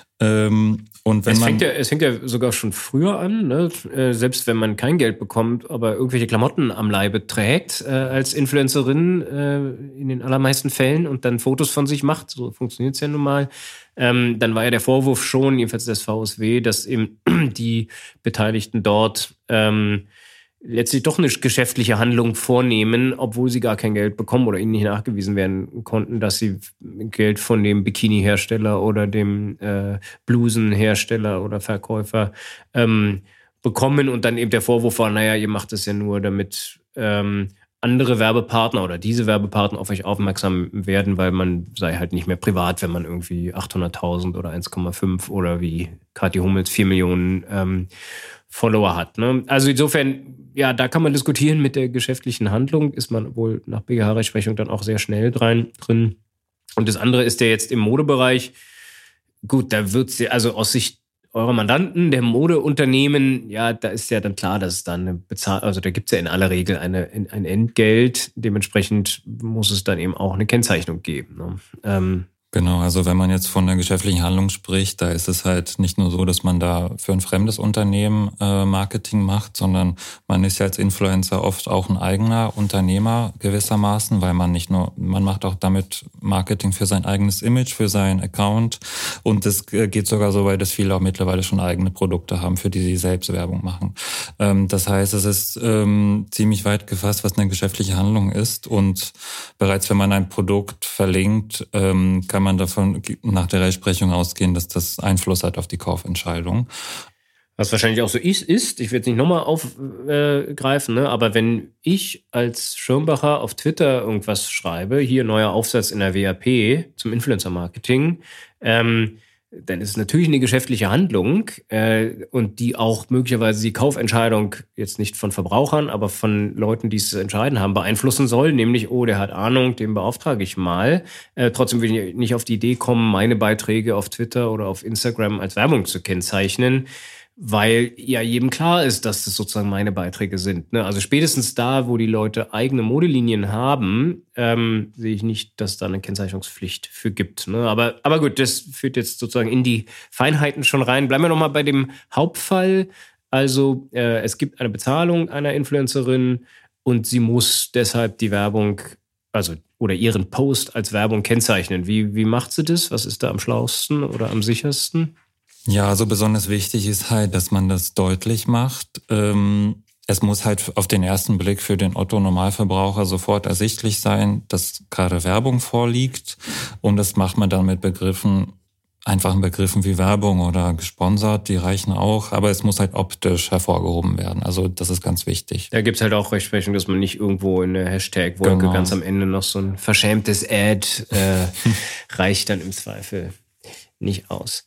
Und wenn es fängt ja sogar schon früher an, ne? Selbst wenn man kein Geld bekommt, aber irgendwelche Klamotten am Leibe trägt als Influencerin in den allermeisten Fällen und dann Fotos von sich macht, so funktioniert es ja nun mal, dann war ja der Vorwurf schon, jedenfalls des VSW, dass eben die Beteiligten dort letztlich doch eine geschäftliche Handlung vornehmen, obwohl sie gar kein Geld bekommen oder ihnen nicht nachgewiesen werden konnten, dass sie Geld von dem Bikini-Hersteller oder dem Blusenhersteller oder Verkäufer bekommen. Und dann eben der Vorwurf war, naja, ihr macht das ja nur, damit andere Werbepartner oder diese Werbepartner auf euch aufmerksam werden, weil man sei halt nicht mehr privat, wenn man irgendwie 800.000 oder 1,5 oder wie Kathi Hummels 4 Millionen Follower hat. Ne? Also insofern, ja, da kann man diskutieren mit der geschäftlichen Handlung, ist man wohl nach BGH-Rechtsprechung dann auch sehr schnell drin. Und das andere ist ja jetzt im Modebereich. Gut, da wird's ja, also aus Sicht eurer Mandanten, der Modeunternehmen, ja, da ist ja dann klar, dass es dann also da gibt's ja in aller Regel ein Entgelt. Dementsprechend muss es dann eben auch eine Kennzeichnung geben. Ne? Genau, also wenn man jetzt von der geschäftlichen Handlung spricht, da ist es halt nicht nur so, dass man da für ein fremdes Unternehmen Marketing macht, sondern man ist ja als Influencer oft auch ein eigener Unternehmer gewissermaßen, weil man macht auch damit Marketing für sein eigenes Image, für seinen Account, und es geht sogar so weit, dass viele auch mittlerweile schon eigene Produkte haben, für die sie selbst Werbung machen. Das heißt, es ist ziemlich weit gefasst, was eine geschäftliche Handlung ist, und bereits wenn man ein Produkt verlinkt, kann man davon nach der Rechtsprechung ausgehen, dass das Einfluss hat auf die Kaufentscheidung. Was wahrscheinlich auch so ist, ich will es nicht nochmal aufgreifen, ne? Aber wenn ich als Schirmbacher auf Twitter irgendwas schreibe, hier neuer Aufsatz in der WAP zum Influencer-Marketing, dann ist es natürlich eine geschäftliche Handlung und die auch möglicherweise die Kaufentscheidung jetzt nicht von Verbrauchern, aber von Leuten, die es zu entscheiden haben, beeinflussen soll. Nämlich, oh, der hat Ahnung, den beauftrage ich mal. Trotzdem will ich nicht auf die Idee kommen, meine Beiträge auf Twitter oder auf Instagram als Werbung zu kennzeichnen, weil ja jedem klar ist, dass das sozusagen meine Beiträge sind. Ne? Also spätestens da, wo die Leute eigene Modelinien haben, sehe ich nicht, dass da eine Kennzeichnungspflicht für gibt. Ne? Aber gut, das führt jetzt sozusagen in die Feinheiten schon rein. Bleiben wir nochmal bei dem Hauptfall. Also es gibt eine Bezahlung einer Influencerin und sie muss deshalb die Werbung, also oder ihren Post als Werbung kennzeichnen. Wie macht sie das? Was ist da am schlausten oder am sichersten? Ja, also besonders wichtig ist halt, dass man das deutlich macht. Es muss halt auf den ersten Blick für den Otto-Normalverbraucher sofort ersichtlich sein, dass gerade Werbung vorliegt. Und das macht man dann mit einfachen Begriffen wie Werbung oder gesponsert, die reichen auch. Aber es muss halt optisch hervorgehoben werden. Also das ist ganz wichtig. Da gibt's halt auch Rechtsprechung, dass man nicht irgendwo in der Hashtag-Wolke ganz am Ende noch so ein verschämtes Ad reicht dann im Zweifel nicht aus.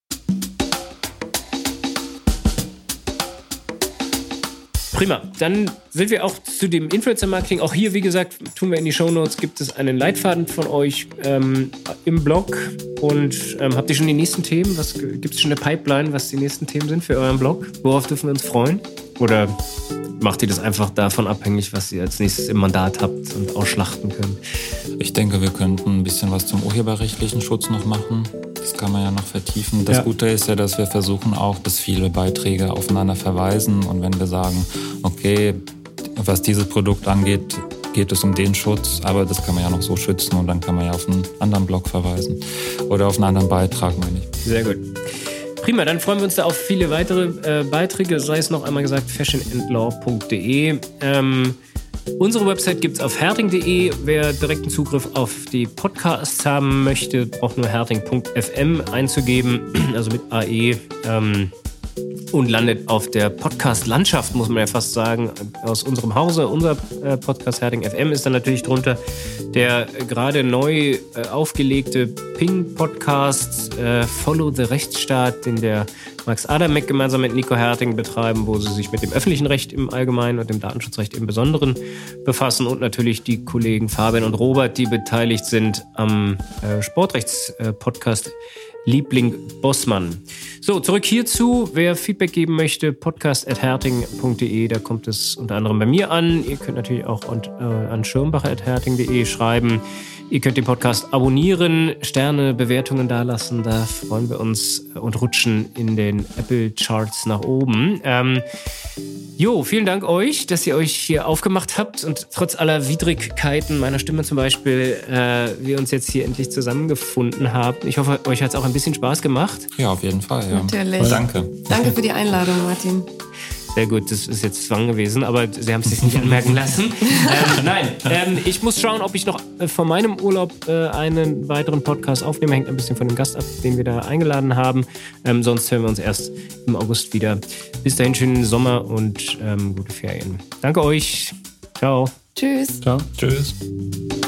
Prima, dann sind wir auch zu dem Influencer-Marketing. Auch hier, wie gesagt, tun wir in die Shownotes, gibt es einen Leitfaden von euch im Blog. Und habt ihr schon die nächsten Themen? Gibt es schon eine Pipeline, was die nächsten Themen sind für euren Blog? Worauf dürfen wir uns freuen? Oder macht ihr das einfach davon abhängig, was ihr als nächstes im Mandat habt und ausschlachten könnt? Ich denke, wir könnten ein bisschen was zum urheberrechtlichen Schutz noch machen. Das kann man ja noch vertiefen. Das Gute ist ja, dass wir versuchen auch, dass viele Beiträge aufeinander verweisen. Und wenn wir sagen, okay, was dieses Produkt angeht, geht es um den Schutz, aber das kann man ja noch so schützen und dann kann man ja auf einen anderen Blog verweisen oder auf einen anderen Beitrag, meine ich. Sehr gut. Prima, dann freuen wir uns da auf viele weitere Beiträge, sei es noch einmal gesagt, fashionandlaw.de. Unsere Website gibt es auf herting.de. Wer direkten Zugriff auf die Podcasts haben möchte, braucht nur herting.fm einzugeben, also mit AE. und landet auf der Podcast-Landschaft, muss man ja fast sagen, aus unserem Hause. Unser Podcast Herting FM ist dann natürlich drunter. Der gerade neu aufgelegte Ping-Podcast Follow the Rechtsstaat, den der Max Adamek gemeinsam mit Nico Herting betreiben, wo sie sich mit dem öffentlichen Recht im Allgemeinen und dem Datenschutzrecht im Besonderen befassen. Und natürlich die Kollegen Fabian und Robert, die beteiligt sind am Sportrechts-Podcast Liebling Bossmann. So, zurück hierzu. Wer Feedback geben möchte, podcast@herting.de, da kommt es unter anderem bei mir an. Ihr könnt natürlich auch an schirmbacher@herting.de schreiben. Ihr könnt den Podcast abonnieren, Sterne, Bewertungen dalassen, da freuen wir uns und rutschen in den Apple-Charts nach oben. Vielen Dank euch, dass ihr euch hier aufgemacht habt und trotz aller Widrigkeiten meiner Stimme zum Beispiel, wir uns jetzt hier endlich zusammengefunden haben. Ich hoffe, euch hat es auch ein bisschen Spaß gemacht. Ja, auf jeden Fall. Ja. Natürlich. Danke. Danke für die Einladung, Martin. Sehr gut, das ist jetzt Zwang gewesen, aber Sie haben es sich nicht anmerken lassen. Ich muss schauen, ob ich noch von meinem Urlaub einen weiteren Podcast aufnehme. Hängt ein bisschen von dem Gast ab, den wir da eingeladen haben. Sonst hören wir uns erst im August wieder. Bis dahin, schönen Sommer und gute Ferien. Danke euch. Ciao. Tschüss. Ciao. Tschüss.